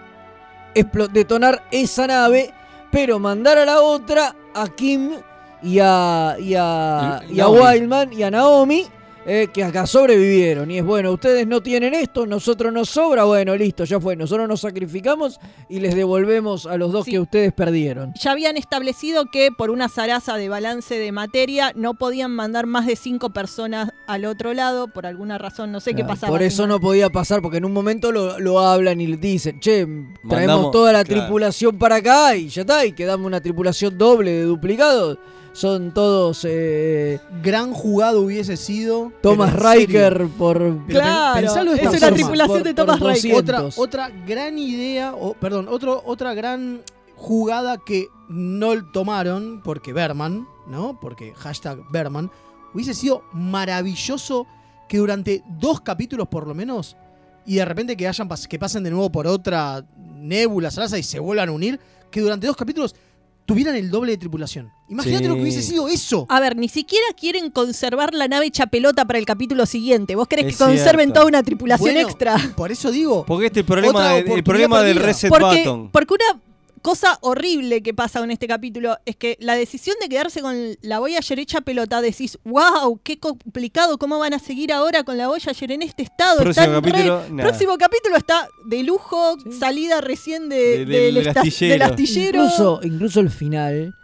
explo- detonar esa nave, pero mandar a la otra, a Kim y a, y a, y a
Naomi.
Wildman y a Naomi, eh, que acá sobrevivieron. Y es bueno, ustedes no tienen esto, nosotros nos sobra, bueno, listo, ya fue. Nosotros nos sacrificamos y les devolvemos a los dos
Sí.
que ustedes perdieron.
Ya habían establecido que por una zaraza de balance de materia no podían mandar más de cinco personas al otro lado, por alguna razón, no sé qué
Claro,
pasaba.
por eso no podía pasar, porque en un momento lo, lo hablan y le dicen, che, traemos
Mandamos-
toda la
claro.
tripulación para acá y ya está, y quedamos una tripulación doble de duplicados. Son todos eh,
Gran jugado hubiese sido.
Thomas
pero en serio.
Riker por...
Pero pen-
Claro,
pensalo de
es
esta
una
forma.
tripulación
Por-
de
por
Thomas Riker.
doscientos.
Otra, otra gran idea, o, perdón, otro, otra gran jugada que no tomaron, porque Berman, ¿no? Porque hashtag Berman, hubiese sido maravilloso que durante dos capítulos por lo menos, y de repente que, hayan pas- que pasen de nuevo por otra nébula, salaza y se vuelvan a unir, que durante dos capítulos tuvieran el doble de tripulación. Imagínate
Sí.
lo que hubiese sido eso.
A ver, ni siquiera quieren conservar la nave hecha pelota para el capítulo siguiente. ¿Vos querés
Es
que conserven
cierto.
toda una tripulación
Bueno,
extra?
Por eso digo.
Porque este es el problema,
Otra
de- el
oportunidad
problema del
perdida.
reset
Porque,
button.
porque una cosa horrible que pasa con este capítulo es que la decisión de quedarse con la Voyager hecha pelota, decís, wow, qué complicado, ¿cómo van a seguir ahora con la Voyager en este estado?
Próximo
Están re-
capítulo, nada.
Próximo capítulo está de lujo, salida recién de,
De- del-
del,
del
esta-
astillero.
del astillero.
Incluso, incluso el final,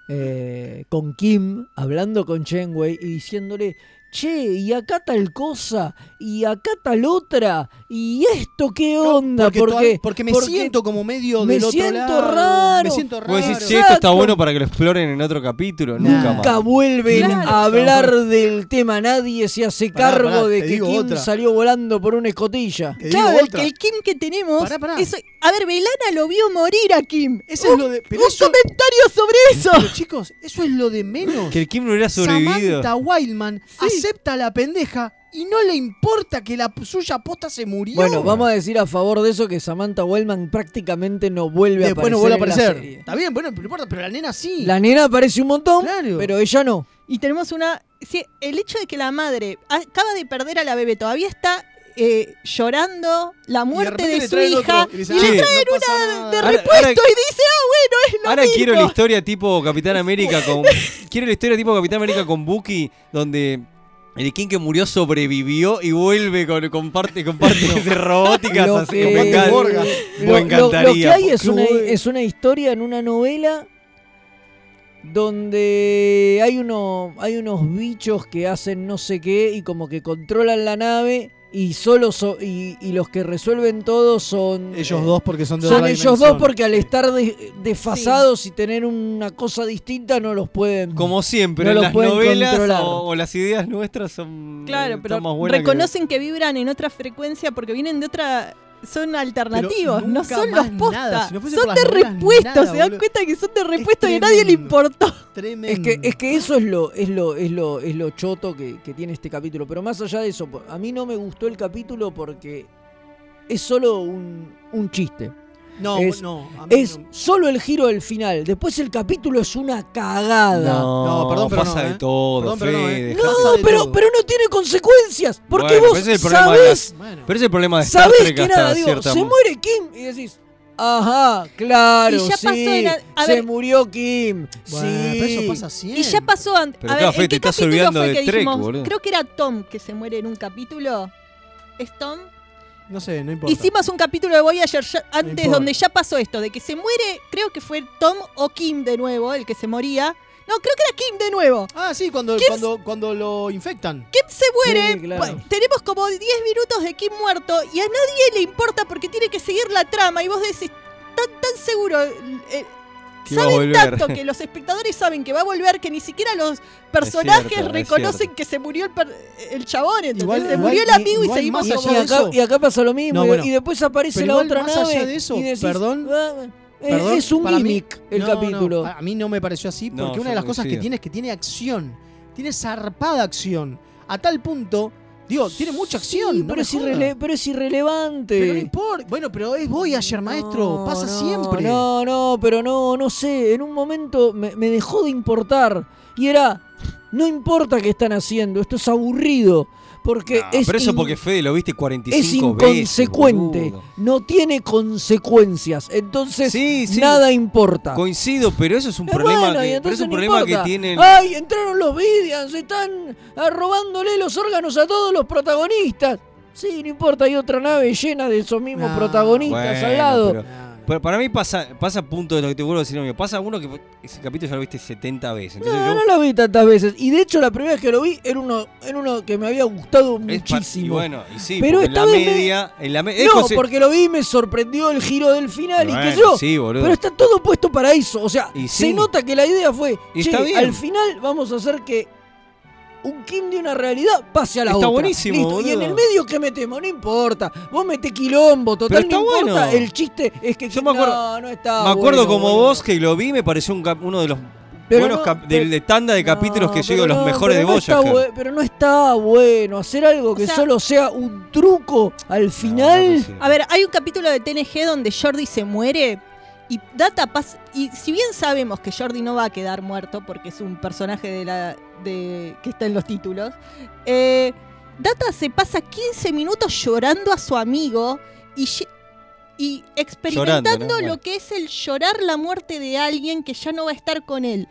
eh, con Kim hablando con Chenwei y diciéndole, che, y acá tal cosa, y acá tal otra, y esto qué onda,
Porque,
porque,
todavía- porque me siento como medio
me
del otro
siento
lado.
raro.
Me siento raro.
Vos decís, che, esto
Exacto.
está bueno para que lo exploren en otro capítulo. Nunca
Nunca
más.
vuelven
Claro.
a hablar del tema, nadie se hace
Pará,
cargo
pará,
de
te
que
digo
Kim
otra.
salió volando por una escotilla.
Te digo
Claro, el,
otra.
el Kim que tenemos.
Pará, pará.
es- a ver, Belana lo vio morir a Kim.
Eso es
Un-
lo de- pero
un
eso-
comentario sobre eso.
Pero chicos, eso es lo de menos.
Que el Kim no hubiera sobrevivido.
Samantha Wildman acepta a la pendeja y no le importa que la suya posta se murió.
Bueno, vamos a decir a favor de eso que Samantha Wellman prácticamente no vuelve a
Después
aparecer
no vuelve a
en la
aparecer.
serie.
Está bien, bueno, pero no importa, pero la nena sí.
La nena aparece un montón,
Claro.
pero ella no.
Y tenemos una. Sí, el hecho de que la madre acaba de perder a la bebé, todavía está eh, llorando la muerte
repente
de,
le
su
traen
hija.
otro y
y
le
le
dicen,
"Ah,
traen
no pasa
una
nada".
de
Ahora-
repuesto
ahora-
y dice, ah, bueno, es lo
Ahora
mismo.
quiero la historia tipo Capitán América con. Quiero la historia tipo Capitán América con Bucky, donde el King que murió sobrevivió y vuelve con, con parte con partes de robóticas.
Lo
así,
que,
me encanta.
lo-
Me
lo- lo
encantaría.
que hay es
Qué
una,
bueno.
es una historia en una novela donde hay, uno, hay unos bichos que hacen no sé qué y como que controlan la nave y solo so- y, y los que resuelven todo son
Ellos
eh,
dos porque son de
son
otra
ellos
dimensión.
dos porque al estar de- desfasados y tener una cosa distinta no los pueden
Como siempre,
no
en
los
las
pueden
novelas
controlar.
o, o las ideas nuestras son.
Claro,
están
pero
más buenas que-
reconocen que... vibran en otra frecuencia porque vienen de otra. Son alternativos, no
nunca
son
más
los postas.
nada. Si no fuese
son
por
de
las novelas,
repuesto,
nada,
se dan
boludo.
cuenta que son de repuesto y a
tremendo.
nadie le importó.
Tremendo.
Es que, es que eso es lo, es lo, es lo, es lo choto que, que tiene este capítulo. Pero más allá de eso, a mí no me gustó el capítulo porque es solo un, un chiste.
No,
es,
no. a mí
es
no.
solo el giro del final. Después el capítulo es una cagada.
No,
No, perdón, pero
pasa
no,
de
¿eh?
todo,
Perdón, pero no,
Fede,
¿eh?
dejá-
No,
Pasa de
pero,
todo.
pero no tiene consecuencias. Porque
Bueno,
vos
pero ese es el problema de
sabés,
las-
Bueno.
Pero ese es el problema de Star
sabés
Trek
que
hasta
nada, digo,
cierta.
se muere Kim y decís, ajá, claro,
Y ya
sí,
pasó en a- a
se
ver-
murió Kim.
Bueno,
sí.
pero eso pasa siempre.
Y ya pasó antes.
Pero
A
claro,
ver,
Fede,
¿en
te
qué
estás
capítulo
olvidando
fue
de
que
Trek,
dijimos?
boludo.
Creo que era Tom que se muere en un capítulo. ¿Es Tom?
No sé, no importa.
Hicimos un capítulo de Voyager ya- antes
importa.
donde ya pasó esto, de que se muere, creo que fue Tom o Kim de nuevo, el que se moría. No, creo que era Kim de nuevo.
Ah, sí, cuando,
¿Quién-
cuando, cuando lo infectan.
Kim se muere,
Sí, claro.
pa- tenemos como diez minutos de Kim muerto y a nadie le importa porque tiene que seguir la trama y vos decís, tan, tan seguro, eh,
Que va a
saben
volver.
tanto que los espectadores saben que va a volver que ni siquiera los personajes
cierto, es
reconocen
cierto.
que se murió el, per- el chabón, ¿entendés?
Igual-
se
igual-
murió el amigo y
igual
seguimos
más
Y,
allá
y
de
allá.
acá,
eso-
y acá pasa lo mismo.
No,
y-
bueno.
y después aparece
Pero
la
igual,
otra
más
nave.
allá de eso,
y decís,
perdón,
"Ah, eh,
Perdón,
es un
para mí-
gimmick el
no,
capítulo.
no, a mí no me pareció así
No,
porque
yo
una de las cosas que
coincido.
tiene es que tiene acción. Tiene zarpada acción. A tal punto, digo, tiene mucha acción.
Sí,
no
pero,
me
es
jodas.
irrele- pero es irrelevante.
Pero no importa. Bueno, pero es Voyager, maestro.
No,
Pasa
no,
siempre.
No, no, pero no, no sé. En un momento me, me dejó de importar. Y era, no importa qué están haciendo, esto es aburrido. Porque
No,
es,
pero eso
in-
porque Fede lo viste cuarenta y
es
cinco veces.
inconsecuente,
boludo.
no tiene consecuencias, entonces
Sí, sí.
nada importa.
Coincido, pero eso es un
Eh,
problema,
bueno, y
que, pero es
entonces
un
no
problema
importa.
que tienen.
¡Ay, entraron los Vidians! Están ah, robándole los órganos a todos los protagonistas. Sí, no importa, hay otra nave llena de esos mismos
No.
protagonistas
Bueno,
al lado.
pero- pero para mí pasa, pasa a punto de lo que te vuelvo a decir, amigo. Pasa uno que ese capítulo ya lo viste setenta veces. Entonces
No,
yo,
no lo vi tantas veces. Y de hecho, la primera vez que lo vi era uno, era uno que me había gustado
es pa-
muchísimo.
y bueno, y sí,
Pero
porque en
esta
la
vez me-
media, en la me- es
No,
conse-
porque lo vi y me sorprendió el giro del final y qué
Bueno,
sé yo.
sí, boludo.
Pero está todo puesto para eso. O sea,
Y
se
sí.
nota que la idea fue,
Y
che,
está bien.
al final vamos a hacer que un Kim de una realidad pase a la
Está
otra.
buenísimo,
Listo. Y en
boludo.
el medio que metemos, no importa. Vos metés quilombo, total,
Pero
no
está
importa.
bueno.
El chiste es que
Yo me acuerdo-
no, no está
me acuerdo
bueno,
como
boludo.
vos que lo vi, me pareció un cap- uno de los
Pero
buenos
no,
cap-
pero-
de, de tanda de capítulos que yo digo,
pero
los
no,
mejores de
pero no está
Bojack.
bue- Pero no está bueno hacer algo que
sea-
solo sea un truco al final.
A ver, hay un capítulo de T N G donde Jordi se muere y Data pasa. Y si bien sabemos que Jordi no va a quedar muerto porque es un personaje de la de que está en los títulos, eh, Data se pasa quince minutos llorando a su amigo y, lle- y experimentando
Llorando, ¿no? Bueno.
lo que es el llorar la muerte de alguien que ya no va a estar con él.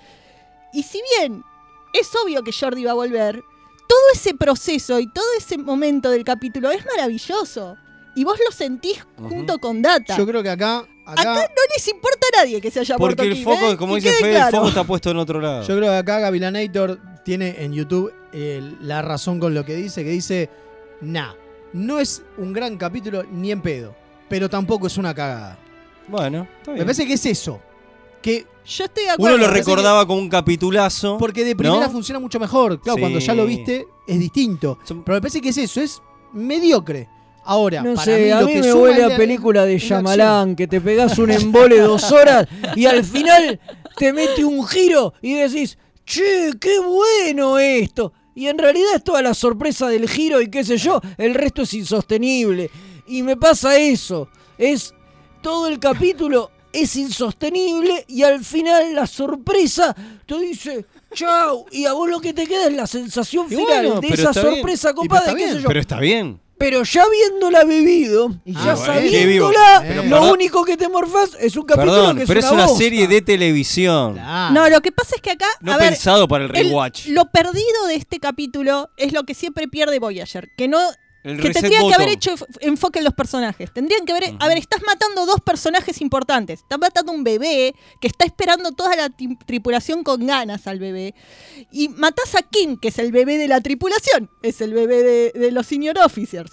Y si bien es obvio que Jordi va a volver, todo ese proceso y todo ese momento del capítulo es maravilloso. Y vos lo sentís junto con Data.
Yo creo que acá. Acá,
Acá no les importa a nadie que se haya muerto
Porque el
Kim,
foco,
¿eh?
como
Y
dice
quede
Fede, el
claro.
foco está puesto en otro lado.
Yo creo que acá Gavilanator tiene en YouTube eh, la razón con lo que dice, que dice, nah, no es un gran capítulo ni en pedo, pero tampoco es una cagada.
Bueno, está
Me
bien.
parece que es eso. Que
Yo estoy de acuerdo.
Uno lo
parece que-
recordaba como un capitulazo.
porque de primera
¿no?
funciona mucho mejor. Claro,
Sí.
cuando ya lo viste es distinto.
Son-
Pero me parece que es eso, es mediocre. Ahora,
No
para
sé,
mí,
a
lo
mí
que
me
suma
huele
es
a
la-
película de
es la
Shyamalan, que te pegás un embole dos horas y al final te mete un giro y decís, che, qué bueno esto. Y en realidad es toda la sorpresa del giro y qué sé yo, el resto es insostenible. Y me pasa eso, es todo el capítulo es insostenible y al final la sorpresa te dice, chau, y a vos lo que te queda es la sensación
Y
final
bueno,
de
pero
esa
está bien.
sorpresa
Y pero
copada
está
y qué
bien,
sé yo.
Pero está bien.
Pero ya viéndola bebido y
Ah,
ya
bueno.
Qué vivo.
sabiéndola,
Pero
lo
perdón.
único que te morfás es un capítulo
Perdón,
que es
pero
una
es una
bosta.
serie de televisión.
Claro.
No, lo que pasa es que acá,
No
a ver,
pensado para el
el-
rewatch.
lo perdido de este capítulo es lo que siempre pierde Voyager, que no
El
que
reset
tendrían que
button.
haber hecho enf- enfoque en los personajes. Tendrían que haber, a ver, estás matando dos personajes importantes. Estás matando un bebé que está esperando toda la ti- tripulación con ganas al bebé. Y matás a Kim, que es el bebé de la tripulación. Es el bebé de, de los senior officers.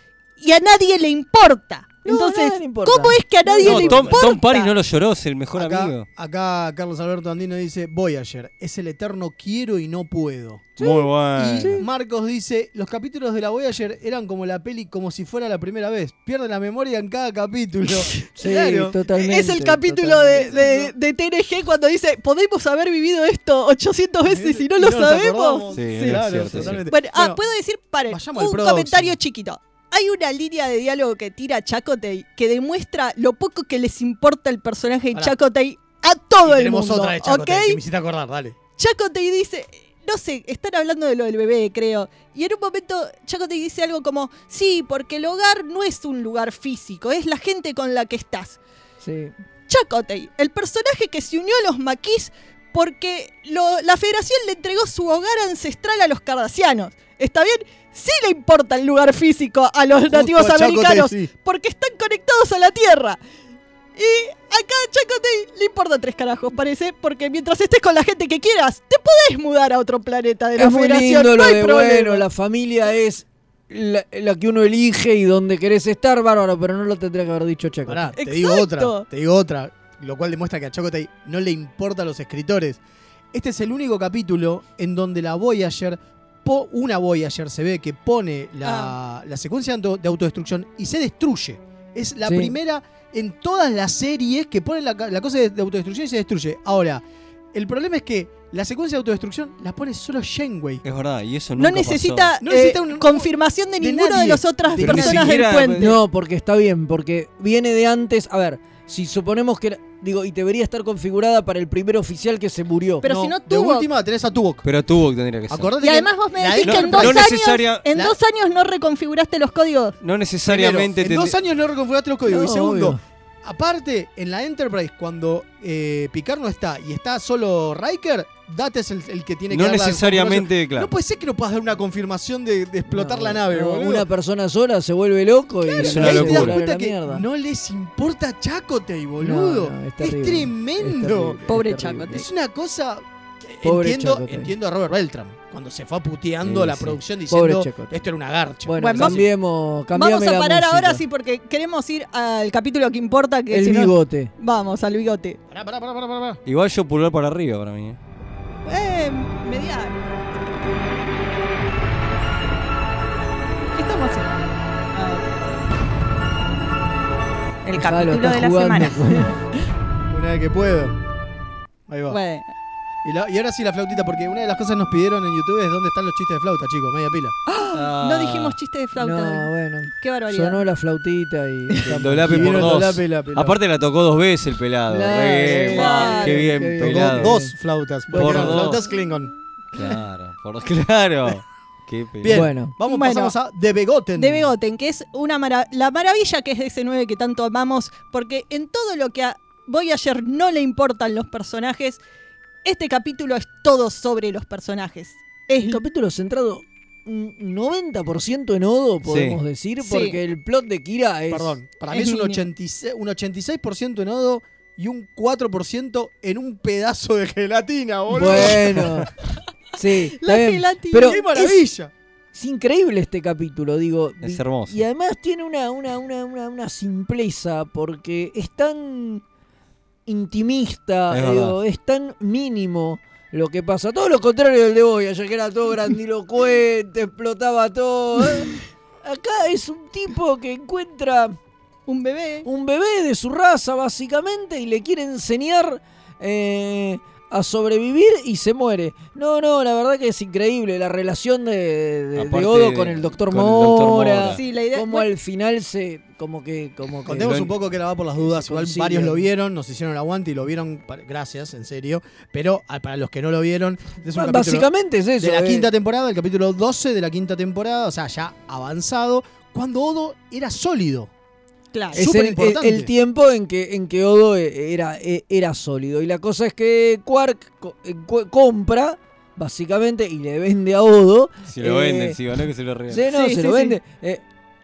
Y a nadie le importa.
No,
Entonces,
nada le importa.
¿cómo es que a nadie
No,
le
Tom,
importa?
Tom Paris no lo lloró, es el mejor
acá,
amigo.
acá Carlos Alberto Andino dice, Voyager, es el eterno quiero y no puedo.
Muy bueno.
Y Marcos dice, los capítulos de la Voyager eran como la peli como si fuera la primera vez. Pierde la memoria en cada capítulo.
Sí,
Claro.
totalmente.
Es el capítulo de, de, de T N G cuando dice, podemos haber vivido esto ochocientas veces y no lo
Y no nos
sabemos.
acordamos.
Sí, es
Claro,
cierto, sí.
totalmente.
Bueno, ah,
Bueno,
puedo decir, paren,
vayamos al
un
próximo.
comentario chiquito. Hay una línea de diálogo que tira Chakotay que demuestra lo poco que les importa el personaje de
Pará.
Chakotay a todo
y
el
tenemos
mundo.
otra de Chacotay,
¿Ok?
que me hiciste acordar, dale.
Chakotay dice, no sé, están hablando de lo del bebé, creo. Y en un momento Chakotay dice algo como, sí, porque el hogar no es un lugar físico, es la gente con la que estás.
Sí.
Chakotay, el personaje que se unió a los maquis porque lo- la Federación le entregó su hogar ancestral a los cardasianos. ¿Está bien? Sí le importa el lugar físico a los
Justo
nativos
a Chakotay,
americanos
sí.
porque están conectados a la Tierra. Y acá a Chakotay le importa tres carajos, parece, porque mientras estés con la gente que quieras, te podés mudar a otro planeta de la
Es muy
Federación.
lindo
no
lo
hay
de
problema.
bueno, la familia es la, la que uno elige y donde querés estar, bárbaro, pero no lo tendría que haber dicho Checo.
Pará, te
Exacto.
digo otra, te digo otra, lo cual demuestra que a Chakotay no le importa a los escritores. Este es el único capítulo en donde la Voyager, po- una Voyager se ve que pone la,
Ah.
la secuencia de auto- de autodestrucción y se destruye. Es la
Sí.
primera en todas las series que pone la, ca- la cosa de, de autodestrucción y se destruye. Ahora, el problema es que la secuencia de autodestrucción la pone solo Janeway.
Es verdad, y eso
No
nunca
necesita,
pasó.
No
eh,
necesita un-
confirmación de,
de
ninguno
nadie.
de las otras
De
Pero ni
personas del
siquiera-
puente.
No, porque está bien, porque viene de antes. A ver, si suponemos que... Digo, y debería estar configurada para el primer oficial que se murió.
Pero si no
De
tuvo.
última tenés a Tuvok.
Pero Tuvok tendría que ser.
Acordate
Y además vos me decís
no,
que en
no
dos años,
necesaria-
en
la-
dos años no reconfiguraste los códigos.
No necesariamente...
Primero, en dos
tendría-
años no reconfiguraste los códigos.
No,
y segundo,
obvio.
aparte, en la Enterprise, cuando eh, Picard no está y está solo Riker, Data es el, el que tiene que
No
dar la
necesariamente,
confirmación.
claro.
No puede ser que no puedas dar una confirmación de, de explotar
No,
la nave,
no,
boludo.
una persona sola se vuelve loco y
Es
Y
una
ahí te das
locura.
cuenta
la
que
mierda.
no les importa Chakotay, boludo.
No, no, es
es,
terrible,
tremendo.
es terrible,
Pobre
es terrible.
Chakotay.
Es una cosa.
Pobre
Entiendo,
Chakotay.
entiendo a Robert Beltram cuando se fue puteando
Sí,
la
sí.
producción
Pobre
diciendo
Chakotay.
esto era una garcha.
Bueno,
Bueno,
cambiemos, cambiame
Vamos a
la
parar
música.
ahora sí porque queremos ir al capítulo que importa. Que
El
si no-
bigote.
Vamos, al bigote.
Pará, pará, pará, pará, pará.
Igual yo pulgar para arriba para mí. ¿eh?
Eh, mediano. ¿Qué estamos haciendo? Ah,
El
Ya lo
capítulo
está
de la
jugando
semana.
con-
Una vez que puedo. Ahí va.
bueno.
Y, la- y ahora sí la flautita, porque una de las cosas que nos pidieron en YouTube es dónde están los chistes de flauta, chicos, media pila.
Ah.
No dijimos chiste de flauta.
No, bueno.
Qué barbaridad.
Sonó la flautita y...
El dolape
Y
por
vino el
dos.
dolape y la pelota.
Aparte la tocó dos veces el pelado.
Claro,
Re bien,
claro,
qué bien
qué bien.
Tocó
pelado.
dos flautas, porque
Por
eran
dos.
flautas Klingon.
Claro, por dos. Claro. Qué pelado.
Bien,
Bueno.
vamos,
Bueno.
pasamos a De Begoten.
De Begoten, que es una mara- la maravilla que es de ese nueve que tanto amamos, porque en todo lo que a Voyager no le importan los personajes, este capítulo es todo sobre los personajes. Es
Un capítulo centrado un noventa por ciento en Odo, podemos
Sí.
decir,
Sí.
porque el plot de Kira es...
Perdón, para mí
es
es un,
mínimo.
ochenta y seis, un ochenta y seis por ciento en Odo y un cuatro por ciento en un pedazo de gelatina, boludo.
Bueno, sí,
La
está bien.
gelatina.
Pero
¡Qué
es,
maravilla!
es increíble este capítulo, digo.
Es hermoso.
Y además tiene una, una, una, una, una simpleza, porque es tan intimista,
Es
digo,
verdad.
es tan mínimo lo que pasa. Todo lo contrario del de Voyager, que era todo grandilocuente, explotaba todo. ¿eh? Acá es un tipo que encuentra
un bebé.
un bebé de su raza, básicamente, y le quiere enseñar eh, a sobrevivir y se muere. No, no, la verdad que es increíble la relación de, de- de
Aparte
Odo
de-
con el doctor
con el doctor
Mora.
Mora.
Sí, la idea-
Como
bueno.
al final se... Como que... Como que
Contemos
Lo-
un poco que era va por las dudas.
se
Igual
consiguen.
varios lo vieron, nos hicieron el aguante y lo vieron. pa- Gracias, en serio. Pero ah, para los que no lo vieron, este es un
Bueno,
capítulo
básicamente es eso.
de la
eh.
quinta temporada, el capítulo doce de la quinta temporada, o sea, ya avanzado, cuando Odo era sólido.
Claro.
Es
súper
el, el-
importante.
el tiempo en que, en que Odo eh, era, eh, era sólido. Y la cosa es que Quark co- eh, cu- compra, básicamente, y le vende a Odo.
Si lo
eh,
venden, si no que se lo regalan.
Sí, no,
Sí,
se
sí,
lo
sí.
vende. eh,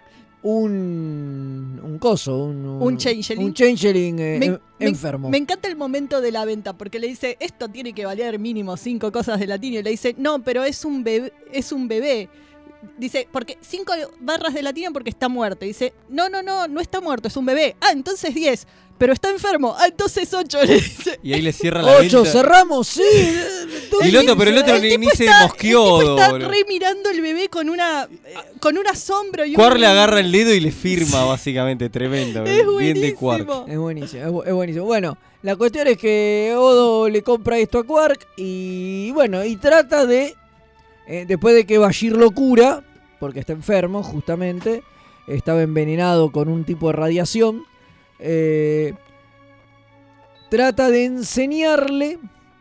un, un coso, un,
Un changeling.
Un changeling eh,
Me-
en-
me-
enfermo.
Me encanta el momento de la venta, porque le dice, esto tiene que valer mínimo cinco cosas de latino. Y le dice, no, pero es un bebé. Es un bebé. Dice, porque cinco barras de latino porque está muerto. Dice, no, no, no, no está muerto, es un bebé. Ah, entonces diez. Pero está enfermo. Ah, entonces ocho. Le dice.
Y ahí le cierra la
Ocho,
venta.
cerramos, sí.
Y el otro, pero el otro ni,
tipo
ni se
está-
mosqueó.
El tipo está
boludo.
re mirando el bebé con una eh, con un asombro y
Quark
un...
le agarra el dedo y le firma, básicamente. Tremendo.
Es
Bien de Quark.
buenísimo.
Es buenísimo, es, bu- es buenísimo. Bueno, la cuestión es que Odo le compra esto a Quark y bueno, y trata de, eh, después de que Bashir lo cura, porque está enfermo justamente, estaba envenenado con un tipo de radiación, eh, trata de enseñarle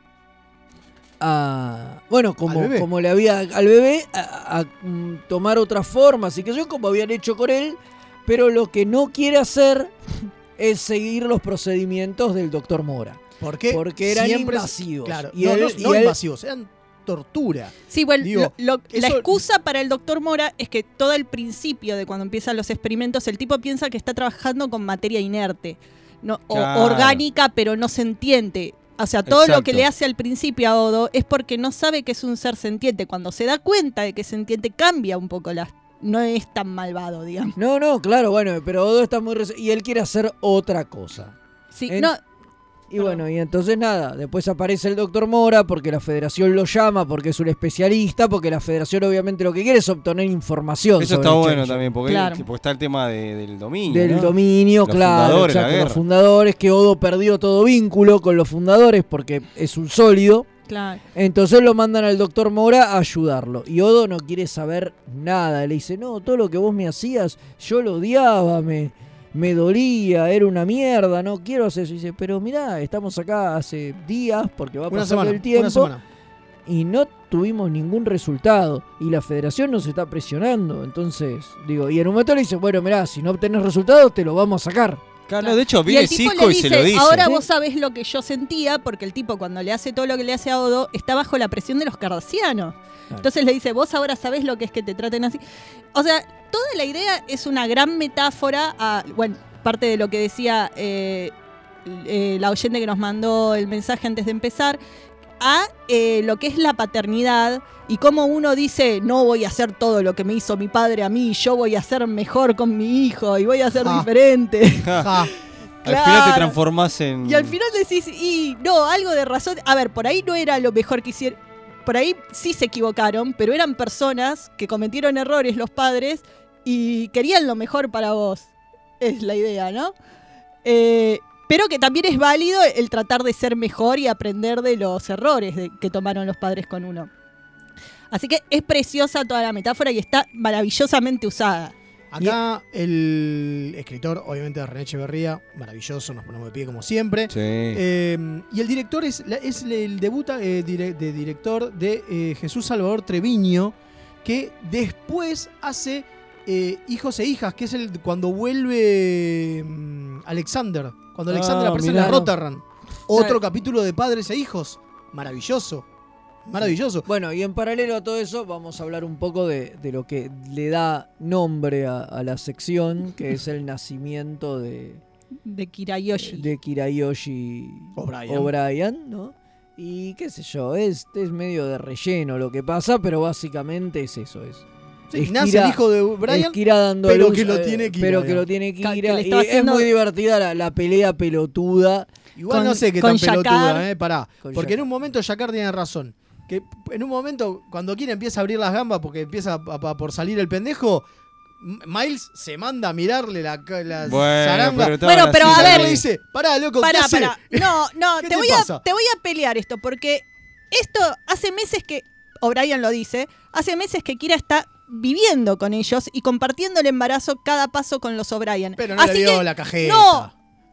a, bueno, como,
Al bebé.
como le había al bebé, a, a, mm, tomar otras formas y que yo, como habían hecho con él, pero lo que no quiere hacer es seguir los procedimientos del doctor Mora.
¿Por qué?
Porque eran
Siempre-
invasivos.
Claro,
Y
no,
él-
no,
y
no
él-
invasivos, eran tortura.
Sí, bueno,
Digo,
lo- lo- la
eso-
excusa para el doctor Mora es que todo el principio de cuando empiezan los experimentos, el tipo piensa que está trabajando con materia inerte, no, o-
Claro.
orgánica, pero no sentiente. O sea, todo lo
Exacto.
que le hace al principio a Odo es porque no sabe que es un ser sentiente. Cuando se da cuenta de que es sentiente, cambia un poco la... No es tan malvado, digamos.
No, no, claro, bueno, pero Odo está muy... res- y él quiere hacer otra cosa.
Sí,
En-
no,
Y bueno, y entonces nada, después aparece el doctor Mora porque la federación lo llama, porque es un especialista, porque la federación obviamente lo que quiere es obtener información.
Eso
sobre
está
el
bueno
Changeling.
también, porque,
Claro.
porque está el tema de- del dominio.
Del
¿no?
dominio,
Los
claro,
fundadores, la
exacto, los
guerra.
fundadores, que Odo perdió todo vínculo con los fundadores porque es un sólido.
claro.
Entonces lo mandan al doctor Mora a ayudarlo. Y Odo no quiere saber nada. Le dice, no, todo lo que vos me hacías, yo lo odiaba, me, me dolía, era una mierda, no quiero hacer eso. Y dice, pero mirá, estamos acá hace días, porque va
Una
pasando
semana,
el tiempo,
una semana.
y no tuvimos ningún resultado. Y la federación nos está presionando. Entonces, digo, y en un momento le dice, bueno, mirá, si no obtenés resultados, te lo vamos a sacar.
Claro, de hecho,
Y
viene
el tipo
Cisco
le
y se
dice,
lo dice.
ahora vos sabés lo que yo sentía, porque el tipo cuando le hace todo lo que le hace a Odo, está bajo la presión de los cardasianos. Entonces le dice, vos ahora sabés lo que es que te traten así. O sea, toda la idea es una gran metáfora a, bueno, parte de lo que decía eh, eh, la oyente que nos mandó el mensaje antes de empezar, a eh, lo que es la paternidad y cómo uno dice, no voy a hacer todo lo que me hizo mi padre a mí, yo voy a ser mejor con mi hijo y voy a ser
Ja.
diferente.
Ja. Al
Claro.
final te transformás en...
Y al final decís, y no, algo de razón. A ver, por ahí no era lo mejor que hicieron. Por ahí sí se equivocaron, pero eran personas que cometieron errores los padres y querían lo mejor para vos. Es la idea, ¿no? Eh, pero que también es válido el tratar de ser mejor y aprender de los errores de- que tomaron los padres con uno. Así que es preciosa toda la metáfora y está maravillosamente usada.
Acá el escritor, obviamente, de René Echeverría, maravilloso, nos ponemos de pie como siempre.
Sí.
Eh, y el director es, la- es el debuta eh, dire- de director de eh, Jesús Salvador Treviño, que después hace eh, Hijos e Hijas, que es el cuando vuelve mm, Alexander, cuando Alexander
Ah,
aparece
mirá.
en el Rotterdam. Otro
Claro.
capítulo de Padres e Hijos, maravilloso, maravilloso.
Bueno, y en paralelo a todo eso, vamos a hablar un poco de, de lo que le da nombre a, a la sección, que es el nacimiento de,
De Kirayoshi.
de Kirayoshi
O'Brien.
O'Brien, ¿no? Y qué sé yo, es, es medio de relleno lo que pasa, pero básicamente es eso, es.
Sí,
es
nace
Kira-
el hijo de O'Brien,
es Kira dando
pero
luz,
que lo
eh,
tiene Kira,
Pero que
digamos.
lo tiene
Ca- que
Kira.
le
Y
está haciendo-
es muy divertida la, la pelea pelotuda.
Igual
Con-
no sé qué
con
tan pelotuda,
Yakar.
eh, pará.
Con
Porque
Yakar.
en un momento Yakar tiene razón. Que en un momento, cuando Kira empieza a abrir las gambas porque empieza a- a- por salir el pendejo, M- Miles se manda a mirarle la, ca- la
Bueno,
zaranga.
pero estaban
Bueno, pero
así
a ver.
también.
le dice, pará, loco, ¿qué
Pará,
hace?
pará. No, no,
¿Qué
te,
te
voy
pasa?
a, te voy a pelear esto, porque esto hace meses que, O'Brien lo dice, hace meses que Kira está viviendo con ellos y compartiendo el embarazo cada paso con los O'Brien.
Pero no
Así
le dio
que,
la cajeta.
no,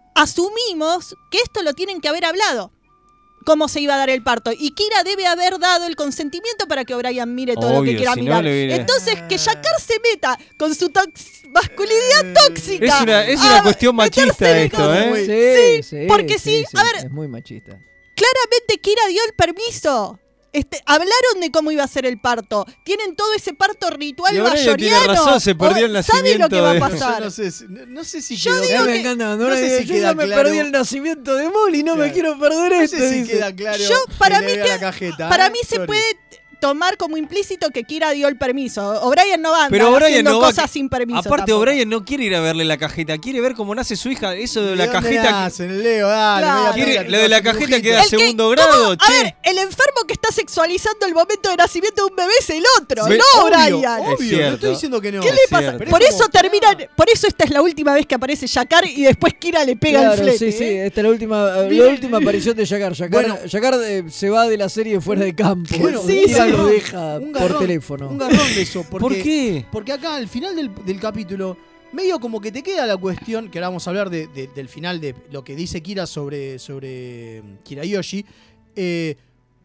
asumimos que esto lo tienen que haber hablado. Cómo se iba a dar el parto. Y Kira debe haber dado el consentimiento para que O'Brien mire todo lo
Obvio,
que quiera
si no
mirar.
le viene-
Entonces, que Yakar se meta con su tox- masculinidad tóxica.
Es una, es una
a
cuestión
meterse
machista
en
esto,
cosas.
¿eh?
Sí, sí,
porque sí, a ver-
es muy machista.
Claramente Kira dio el permiso. Este, hablaron de cómo iba a ser el parto. Tienen todo ese parto ritual
Y O'Brien
bayoriano.
tiene razón, se perdió el
O- ¿sabe lo que va a
nacimiento de-
pasar?
Yo no sé, si- no, no sé si
Yo
quedó
digo
claro.
me
que-
encanta cuando
no
uno
sé
dice,
si
yo
queda
ya me
claro.
perdí el nacimiento de Molly, no me
Claro.
quiero perder
No
este.
sé si
dice.
queda claro.
Yo, para
que
mí
le vea
que-
la cajeta,
Para
¿eh?
mí se
Sorry.
puede tomar como implícito que Kira dio el permiso. O'Brien no va a
Pero
andar
O'Brien
haciendo
no va a-
cosas sin permiso.
Aparte,
tampoco.
O'Brien no quiere ir a verle la cajeta, quiere ver cómo nace su hija. Eso de la
¿De dónde
cajeta.
nacen, Leo? Dale,
Claro.
media
Quiere-
pila,
lo de la
tira su
cajeta
dibujito.
queda
El que-
segundo
¿cómo?
grado,
A
che.
ver, el enfermo que está sexualizando el momento de nacimiento de un bebé es el otro,
Me-
no
Obvio,
O'Brien.
obvio, no
cierto.
estoy diciendo que no.
¿Qué le
Es
pasa?
cierto.
Pero
Por
es
eso
como-
terminan, por eso esta es la última vez que aparece Yakar y después Kira le pega
Claro,
el flete.
sí, sí,
¿eh?
esta es la última, la
Bien.
última aparición de Yakar. Yakar,
Bueno.
Yakar, eh, se va de la serie fuera de campo.
Bueno,
Sí,
un
Kira lo
garrón,
deja
un
por
garrón,
teléfono.
Un garrón de eso. Porque,
¿Por qué?
Porque acá al final del, del capítulo, medio como que te queda la cuestión, que ahora vamos a hablar de- de- del final de lo que dice Kira sobre, sobre mm, Kirayoshi. Eh,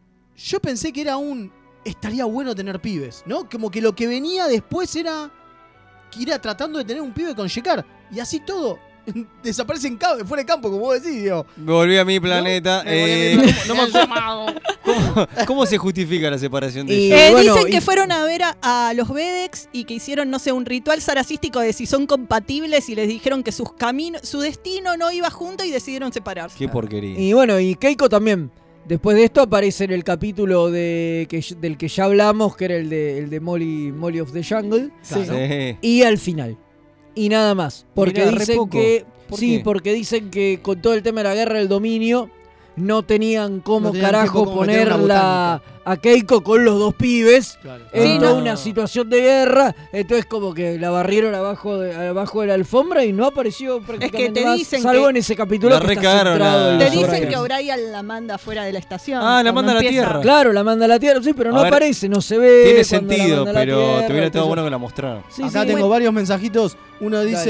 yo pensé que era un. Estaría bueno tener pibes, ¿no? Como que lo que venía después era Kira tratando de tener un pibe con Shekar. Y así todo desaparece en ca- fuera de campo, como vos decís, digo.
Me volví a mi planeta.
Me volví a mi
eh,
planeta.
no me acuerdo- ¿Cómo, cómo se justifica la separación de
Y-
ellos?
Eh,
bueno,
dicen
y-
que fueron a ver a, a los Vedex y que hicieron, no sé, un ritual saracístico de si son compatibles y les dijeron que sus caminos, su destino no iba junto y decidieron separarse.
Qué porquería.
Y bueno, y Keiko también. Después de esto aparece en el capítulo de que, del que ya hablamos, que era el de, el de Molly, Molly of the Jungle.
Sí.
Sí.
Y al final. Y nada más. Porque
Mirá, re
dicen
poco.
que.
¿Por
Sí,
qué?
porque dicen que con todo el tema de la guerra del dominio. No tenían cómo
No tenían
carajo
tiempo cómo meter una
ponerla a Keiko con los dos pibes
Claro.
en
Sí,
toda
no.
una situación de guerra. Entonces como que la barrieron abajo de, abajo de la alfombra y no apareció prácticamente
te
más,
dicen
salvo
que-
en ese capítulo
La
que está
recagaron
centrado
a-
en
Te
los
dicen
O'Brien.
que O'Brien la manda fuera de la estación.
Ah, la
cuando
manda a la
empieza.
Tierra.
Claro, la manda a la Tierra, sí, pero
A
no
ver,
aparece, no se ve.
Tiene
cuando la
sentido,
manda a la
pero
Tierra,
te hubiera estado
entonces-
bueno que la mostraran.
Sí,
Acá
sí,
tengo
bueno.
varios mensajitos. Uno dice,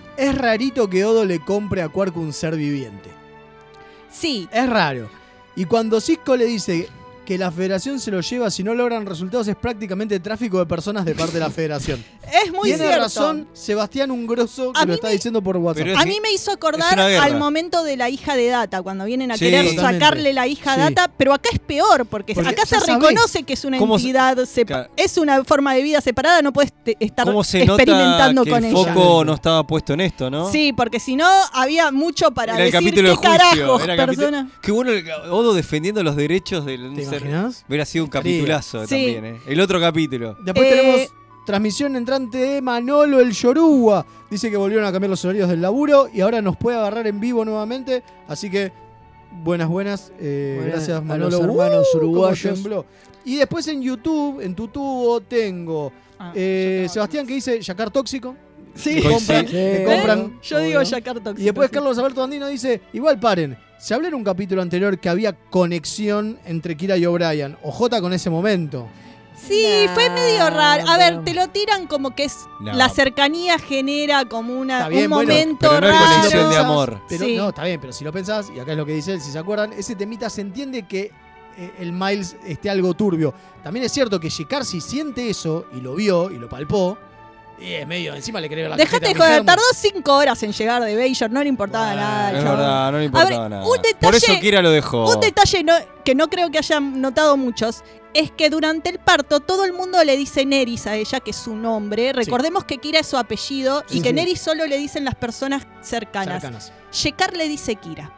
es rarito que Odo le compre a Quark un ser viviente.
Sí.
Es raro. Y cuando Sisko le dice que la Federación se lo lleva si no logran resultados, es prácticamente tráfico de personas de parte de la Federación.
Es muy
Tiene
cierto.
razón Sebastián Ungroso, que
A
lo
mí
está
me-
diciendo por WhatsApp.
Pero
A
es-
mí me hizo
es
acordar
una guerra.
al momento de la hija de Data, cuando vienen a
Sí.
querer
Totalmente.
sacarle la hija
Sí.
a Data, pero acá es peor, porque,
Porque
acá se
ya sabés
reconoce que es una
cómo se-
entidad, sepa-
Claro.
es una forma de vida separada, no puedes te- estar
¿Cómo se nota
experimentando
que
con
el
ella.
foco no estaba puesto en esto, no?
Sí, porque si no, había mucho para
Era el
decir
capítulo
qué
de juicio.
carajos,
Era el capítulo-
persona.
Qué bueno el Odo defendiendo los derechos del un
¿Te
ser.
imaginas?
Hubiera sido un capitulazo
Sí.
también, ¿eh? El otro capítulo.
Después
Eh,
tenemos transmisión entrante de Manolo el Yoruba. Dice que volvieron a cambiar los horarios del laburo y ahora nos puede agarrar en vivo nuevamente. Así que, buenas, buenas. eh,
Buenas
gracias,
a
Manolo.
los hermanos
Uh, cómo
uruguayos.
tembló. Y después en YouTube, en tu tubo, tengo
Ah,
eh, Sebastián que dice Yacar tóxico.
Sí.
Que compran,
Sí.
que
Sí.
compran.
Yo digo
obvio.
Yacar tóxico.
Y después
sí.
Carlos Alberto Andino dice, igual paren, se habló en un capítulo anterior que había conexión entre Kira y O'Brien. Ojota con ese momento.
Sí,
Nah,
fue medio raro. A
pero-
ver, te lo tiran como que es
No.
la cercanía genera como una,
Está bien,
un
bueno,
momento
pero no es
raro.
conexión de amor.
Pero
Sí.
no, está bien, pero si lo pensás, y acá es lo que dice él, si se acuerdan, ese temita se entiende que eh, el Miles esté algo turbio. También es cierto que Shikar si siente eso, y lo vio, y lo palpó, y es medio, encima le quería ver la
Dejate de
cajeta a
joder,
Guillermo.
tardó cinco horas en llegar de Bayer, no le importaba
Bueno,
nada. al
Es
chabón.
verdad, no le
A
importaba
ver,
nada.
un detalle-
Por eso Kira lo dejó.
Un detalle no- que no creo que hayan notado muchos es que durante el parto todo el mundo le dice Neris a ella, que es su nombre. Recordemos que Kira es su apellido
Sí,
y que
sí.
Neris solo le dicen las personas cercanas.
Cercanas.
Shekar le dice Kira.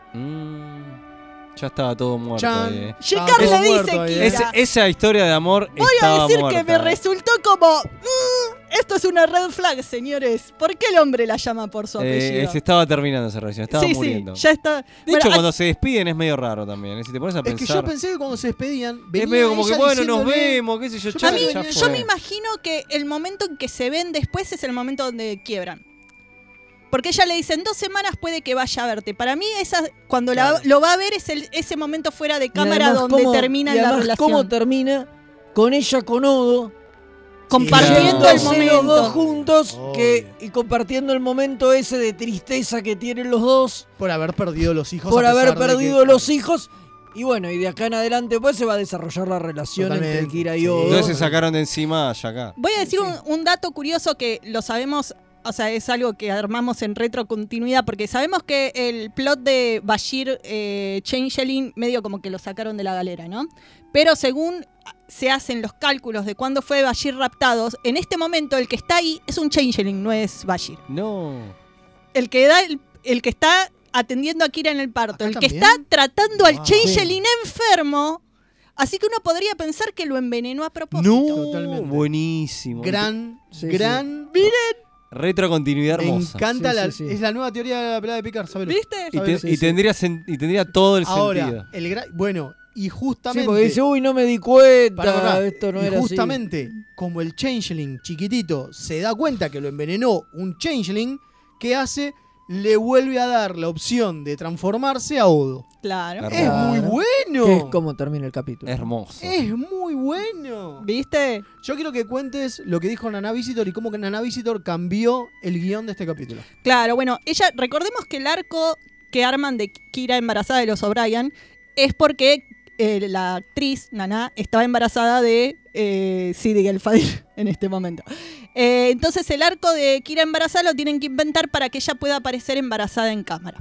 Mm, ya estaba todo muerto
Chan.
ahí, eh.
Shekar
Estaba
le
todo
dice
muerto ahí,
Kira.
eh.
Ese- esa historia de amor
Voy a
estaba
decir
muerta.
que me resultó como... "Mm, esto es una red flag, señores. ¿Por qué el hombre la llama por su apellido?
Eh, se estaba terminando esa relación, estaba
sí,
muriendo.
sí, ya está.
De
Bueno,
hecho,
a-
cuando se despiden es medio raro también. ¿eh? Si te pones a
Es que
pensar.
yo pensé que cuando se despedían,
es
venía
medio como que,
ella
bueno, nos
diciéndole-
vemos, qué sé yo.
Yo
chao,
A mí,
ya
yo
fue.
me imagino que el momento en que se ven después es el momento donde quiebran. Porque ella le dice, en dos semanas puede que vaya a verte. Para mí, esa, cuando la-
Claro.
lo va a ver es el, ese momento fuera de
Y
cámara
además
donde
cómo-
termina
y
la
además
relación.
cómo termina con ella con Odo
compartiendo
Claro.
el
yéndose
momento.
los dos juntos
Obvio.
que, y compartiendo el momento ese de tristeza que tienen los dos
Por haber perdido los hijos.
por
a pesar
haber
de
perdido
que-
los hijos. Y bueno, y de acá en adelante pues se va a desarrollar la relación entre
Totalmente,
Kira y
sí.
Odo.
Entonces se sacaron de encima a Yaka.
Voy a decir un, un dato curioso que lo sabemos, o sea, es algo que armamos en retrocontinuidad, porque sabemos que el plot de Bashir eh, Changeling medio como que lo sacaron de la galera, ¿no? Pero según se hacen los cálculos de cuándo fue Bashir raptado, en este momento el que está ahí es un Changeling, no es Bashir.
No.
El que da el, el que está atendiendo a Kira en el parto,
¿Acá
el que
también?
está tratando al
Wow.
Changeling enfermo. Así que uno podría pensar que lo envenenó a propósito.
No.
Totalmente.
Buenísimo.
Gran,
Sí,
gran.
Retrocontinuidad
Me
hermosa.
encanta
Sí,
la.
sí, sí.
Es la nueva teoría de la pelea de Picard, ¿sabes?
¿Viste?
Y, te-
Sabelo.
y
Sí, sí.
tendría, sen- y tendría todo el
Ahora,
sentido.
el gra- bueno, y
Sí,
justamente.
porque dice, uy, no me di cuenta,
Pará, pará.
esto no
y
era
justamente, como el Changeling chiquitito se da cuenta que lo envenenó un Changeling, ¿qué hace? Le vuelve a dar la opción de transformarse a Odo.
Claro.
Hermoso.
Es muy
Claro.
bueno.
así. Que es como termina el capítulo.
Hermoso.
Es muy bueno.
¿Viste?
Yo quiero que cuentes lo que dijo Nana Visitor y cómo que Nana Visitor cambió el guión de este capítulo.
Claro, bueno, ella, recordemos que el arco que arman de Kira embarazada de los O'Brien es porque eh, la actriz, Nana, estaba embarazada de eh, Sidi Gelfadir en este momento. Eh, entonces el arco de Kira embarazada lo tienen que inventar para que ella pueda aparecer embarazada en cámara.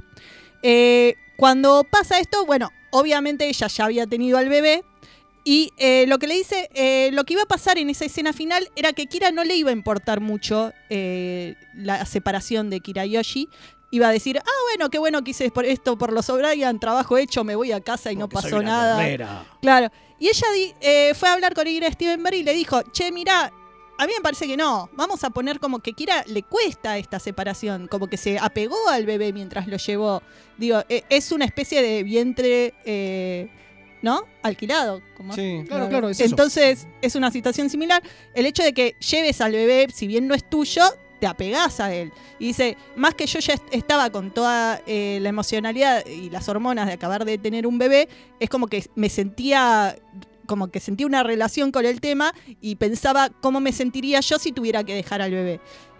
Eh, cuando pasa esto, bueno, obviamente ella ya había tenido al bebé. Y eh, lo que le dice, eh, lo que iba a pasar en esa escena final era que Kira no le iba a importar mucho eh, la separación de Kira y Yoshi. Iba a decir, ah, bueno, qué bueno que hice por esto por los O'Brien, trabajo hecho, me voy a casa y no
Porque soy
pasó
una
nada.
guerrera.
Claro. Y ella di- eh, fue a hablar con Ira Stevenberg y le dijo, che, mira, a mí me parece que no. Vamos a poner como que Kira le cuesta esta separación, como que se apegó al bebé mientras lo llevó. Digo, eh, es una especie de vientre, eh, ¿no? Alquilado. Como
Sí.
Claro, claro, es eso.
Entonces, es una situación similar. El hecho de que lleves al bebé, si bien no es tuyo, te apegás a él. Y dice, más que yo ya est- estaba con toda eh, la emocionalidad y las hormonas de acabar de tener un bebé, es como que me sentía, como que sentía una relación con el tema y pensaba cómo me sentiría yo si tuviera que dejar al bebé.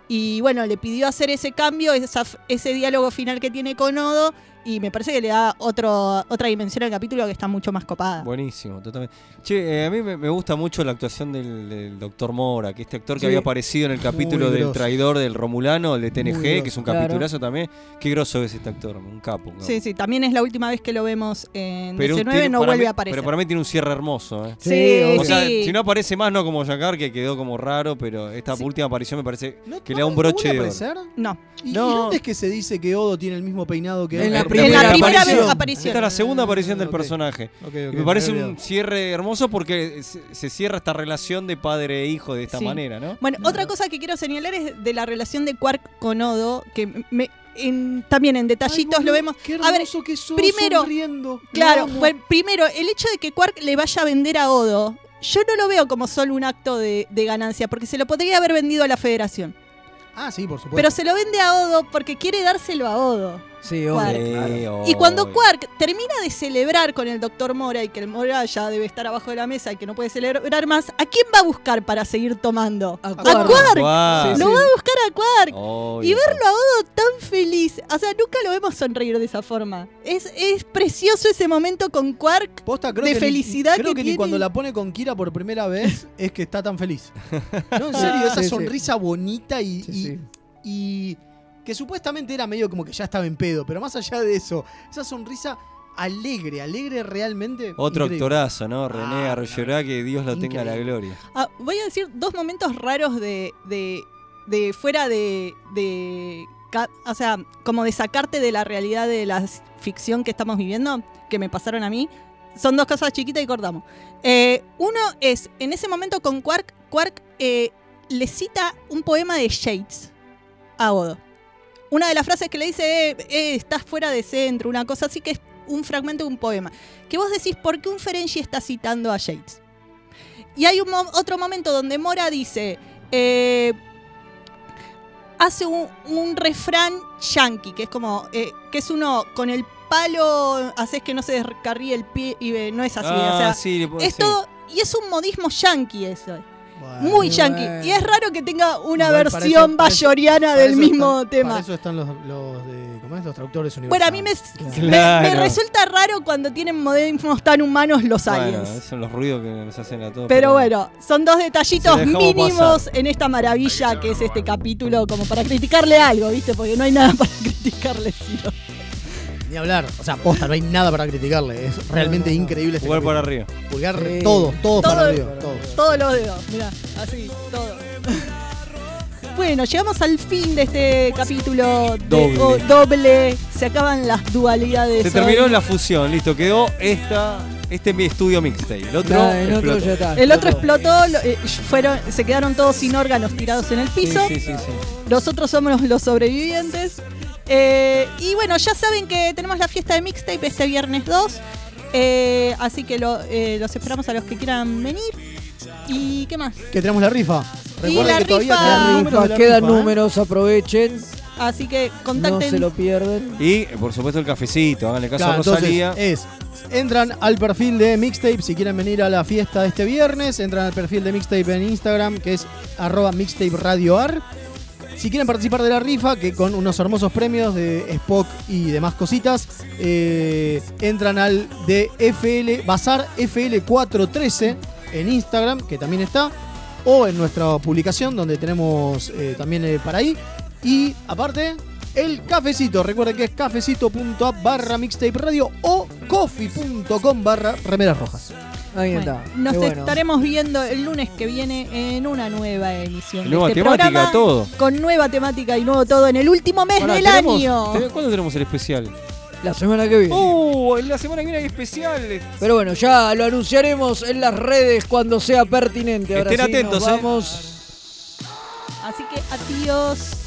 Y bueno, le pidió hacer ese cambio, esa, ese diálogo final que tiene con Odo. Y me parece que le da otro, otra dimensión al capítulo que está mucho más copada.
Buenísimo, totalmente. Che, eh, a mí me, me gusta mucho la actuación del, del doctor Mora, que este actor que
Sí.
había aparecido en el capítulo
Muy
del
grosso.
traidor del Romulano, el de T N
Muy
G,
grosso.
que es un
Claro.
capitulazo también. Qué grosso es este actor, un capo. un capo.
Sí, sí, también es la última vez que lo vemos en
Pero
D C nueve,
tiene-
no
para
vuelve
mí-
a aparecer.
Pero para mí tiene un cierre hermoso. ¿eh?
Sí,
O sea,
sí.
si no aparece más, no como Jakar, que quedó como raro, pero esta última aparición me parece que le da un
¿No
broche
vuelve
de
a
oro.
aparecer?
No.
¿Y, y
No.
dónde es que se dice que Odo tiene el mismo peinado que
En
él?
la
Por
primera,
En la primera
aparición.
aparición.
Esta es la segunda aparición del personaje.
Ok, ok,
y me
me
parece
había
un
olvidado.
cierre hermoso porque se, se cierra esta relación de padre e hijo de esta
Sí.
manera, ¿no?
Bueno, otra cosa que quiero señalar es de la relación de Quark con Odo, que me, en- también en detallitos
Ay,
lo
boludo,
vemos.
qué
A ver,
hermoso que sos,
primero,
sonriendo. Lo
claro,
amo.
bueno, primero, el hecho de que Quark le vaya a vender a Odo, yo no lo veo como solo un acto de, de ganancia, porque se lo podría haber vendido a la Federación.
Ah, sí, por supuesto.
Pero se lo vende a Odo porque quiere dárselo a Odo.
Sí,
Quark.
obvio.
Y cuando Quark termina de celebrar con el doctor Mora y que el Mora ya debe estar abajo de la mesa y que no puede celebrar más, ¿a quién va a buscar para seguir tomando? A
Quark.
Quark.
Quark.
Lo
Sí,
va
sí.
a buscar a Quark.
Obvio.
Y verlo a Odo tan feliz. O sea, nunca lo vemos sonreír de esa forma. Es, es precioso ese momento con Quark
Posta, creo
de
que
felicidad
ni, creo
que,
que,
tiene.
ni cuando la pone con Kira por primera vez es que está tan feliz. No, en serio, esa
Sí, sí.
sonrisa bonita y,
Sí,
y-
sí.
y que supuestamente era medio como que ya estaba en pedo, pero más allá de eso, esa sonrisa alegre, alegre realmente.
Otro
increíble.
actorazo, ¿no? René Arroyorá, que Dios lo tenga en la gloria.
Ah, voy a decir dos momentos raros de, de, de fuera de, de ca- o sea, como de sacarte de la realidad de la ficción que estamos viviendo, que me pasaron a mí. Son dos cosas chiquitas y cortamos. Eh, uno es, en ese momento con Quark, Quark eh, le cita un poema de Shades a Odo. Una de las frases que le dice, eh, eh, estás fuera de centro, una cosa así, que es un fragmento de un poema. Que vos decís, ¿por qué un Ferengi está citando a Shades? Y hay un mo- otro momento donde Mora dice, eh, hace un, un refrán yankee, que es como, eh, que es uno con el palo, haces que no se descarríe el pie, y eh, no es así.
Ah,
o sea,
sí, le puedo
es
decir.
todo, y es un modismo yankee eso. Muy yankee.
bueno.
Y es raro que tenga una
Igual para
versión
eso- para eso-
bayoriana
para
del
eso
mismo
están-
tema.
Para eso están los, los de, ¿cómo es? Los traductores universales.
Bueno, a mí me, me-
Claro.
me resulta raro cuando tienen modismos tan humanos los
Bueno,
aliens.
esos son los ruidos que nos hacen a todos.
Pero bueno, son dos detallitos
Se lo dejamos
mínimos en esta maravilla que es este capítulo, como para criticarle algo, ¿viste? Porque no hay nada para criticarle, sino.
Ni hablar. O sea, posta, no hay nada para criticarle. Es realmente increíble este
Pulgar para
capítulo.
arriba.
Pulgar,
Sí.
todos, todos
Todo-
para arriba. Todos.
Todos los dedos, mirá, así, todo. Bueno, llegamos al fin de este capítulo de-
Doble.
o- doble. Se acaban las dualidades.
Se terminó
hoy.
la fusión, listo, quedó esta, este es mi estudio mixtape. El otro,
Nah, el otro
explotó.
ya está.
El otro explotó, lo- eh, fueron, se quedaron todos sin órganos tirados en el
Sí,
piso.
sí, sí, sí.
Nosotros somos los sobrevivientes. Eh, y bueno, ya saben que tenemos la fiesta de mixtape este viernes dos. Eh, así que lo- eh, los esperamos a los que quieran venir. ¿Y qué más?
Que tenemos la rifa.
Y
Recuerden
la
que todavía
rifa.
quedan
La
números
rifa,
de la
quedan
rifa, ¿eh?
números, aprovechen.
Así que
No
contacten.
se lo pierden.
Y eh, por supuesto el cafecito, háganle caso
Claro,
a
entonces
Rosalía.
es, entran al perfil de Mixtape si quieren venir a la fiesta de este viernes, entran al perfil de Mixtape en Instagram, que es arroba Mixtape Radio Ar. Si quieren participar de la rifa, que con unos hermosos premios de Spock y demás cositas, eh, entran al de F L, Bazar F L cuatrocientos trece en Instagram, que también está, o en nuestra publicación, donde tenemos eh, también eh, para ahí. Y aparte, el cafecito. Recuerden que es cafecito.app barra mixtape radio o coffee.com barra remeras rojas.
Ahí
Bueno,
está.
nos
Qué bueno.
estaremos viendo el lunes que viene en una nueva emisión.
Nueva
de este
temática,
programa,
todo.
Con nueva temática y nuevo todo en el último mes
Pará,
del
tenemos-
año.
te- ¿Cuándo tenemos el especial?
La semana que viene.
¡Uh! La semana que viene hay especial.
Pero bueno, ya lo anunciaremos en las redes cuando sea pertinente. Ahora
Estén
sí,
atentos,
nos
eh.
vamos.
Así que adiós.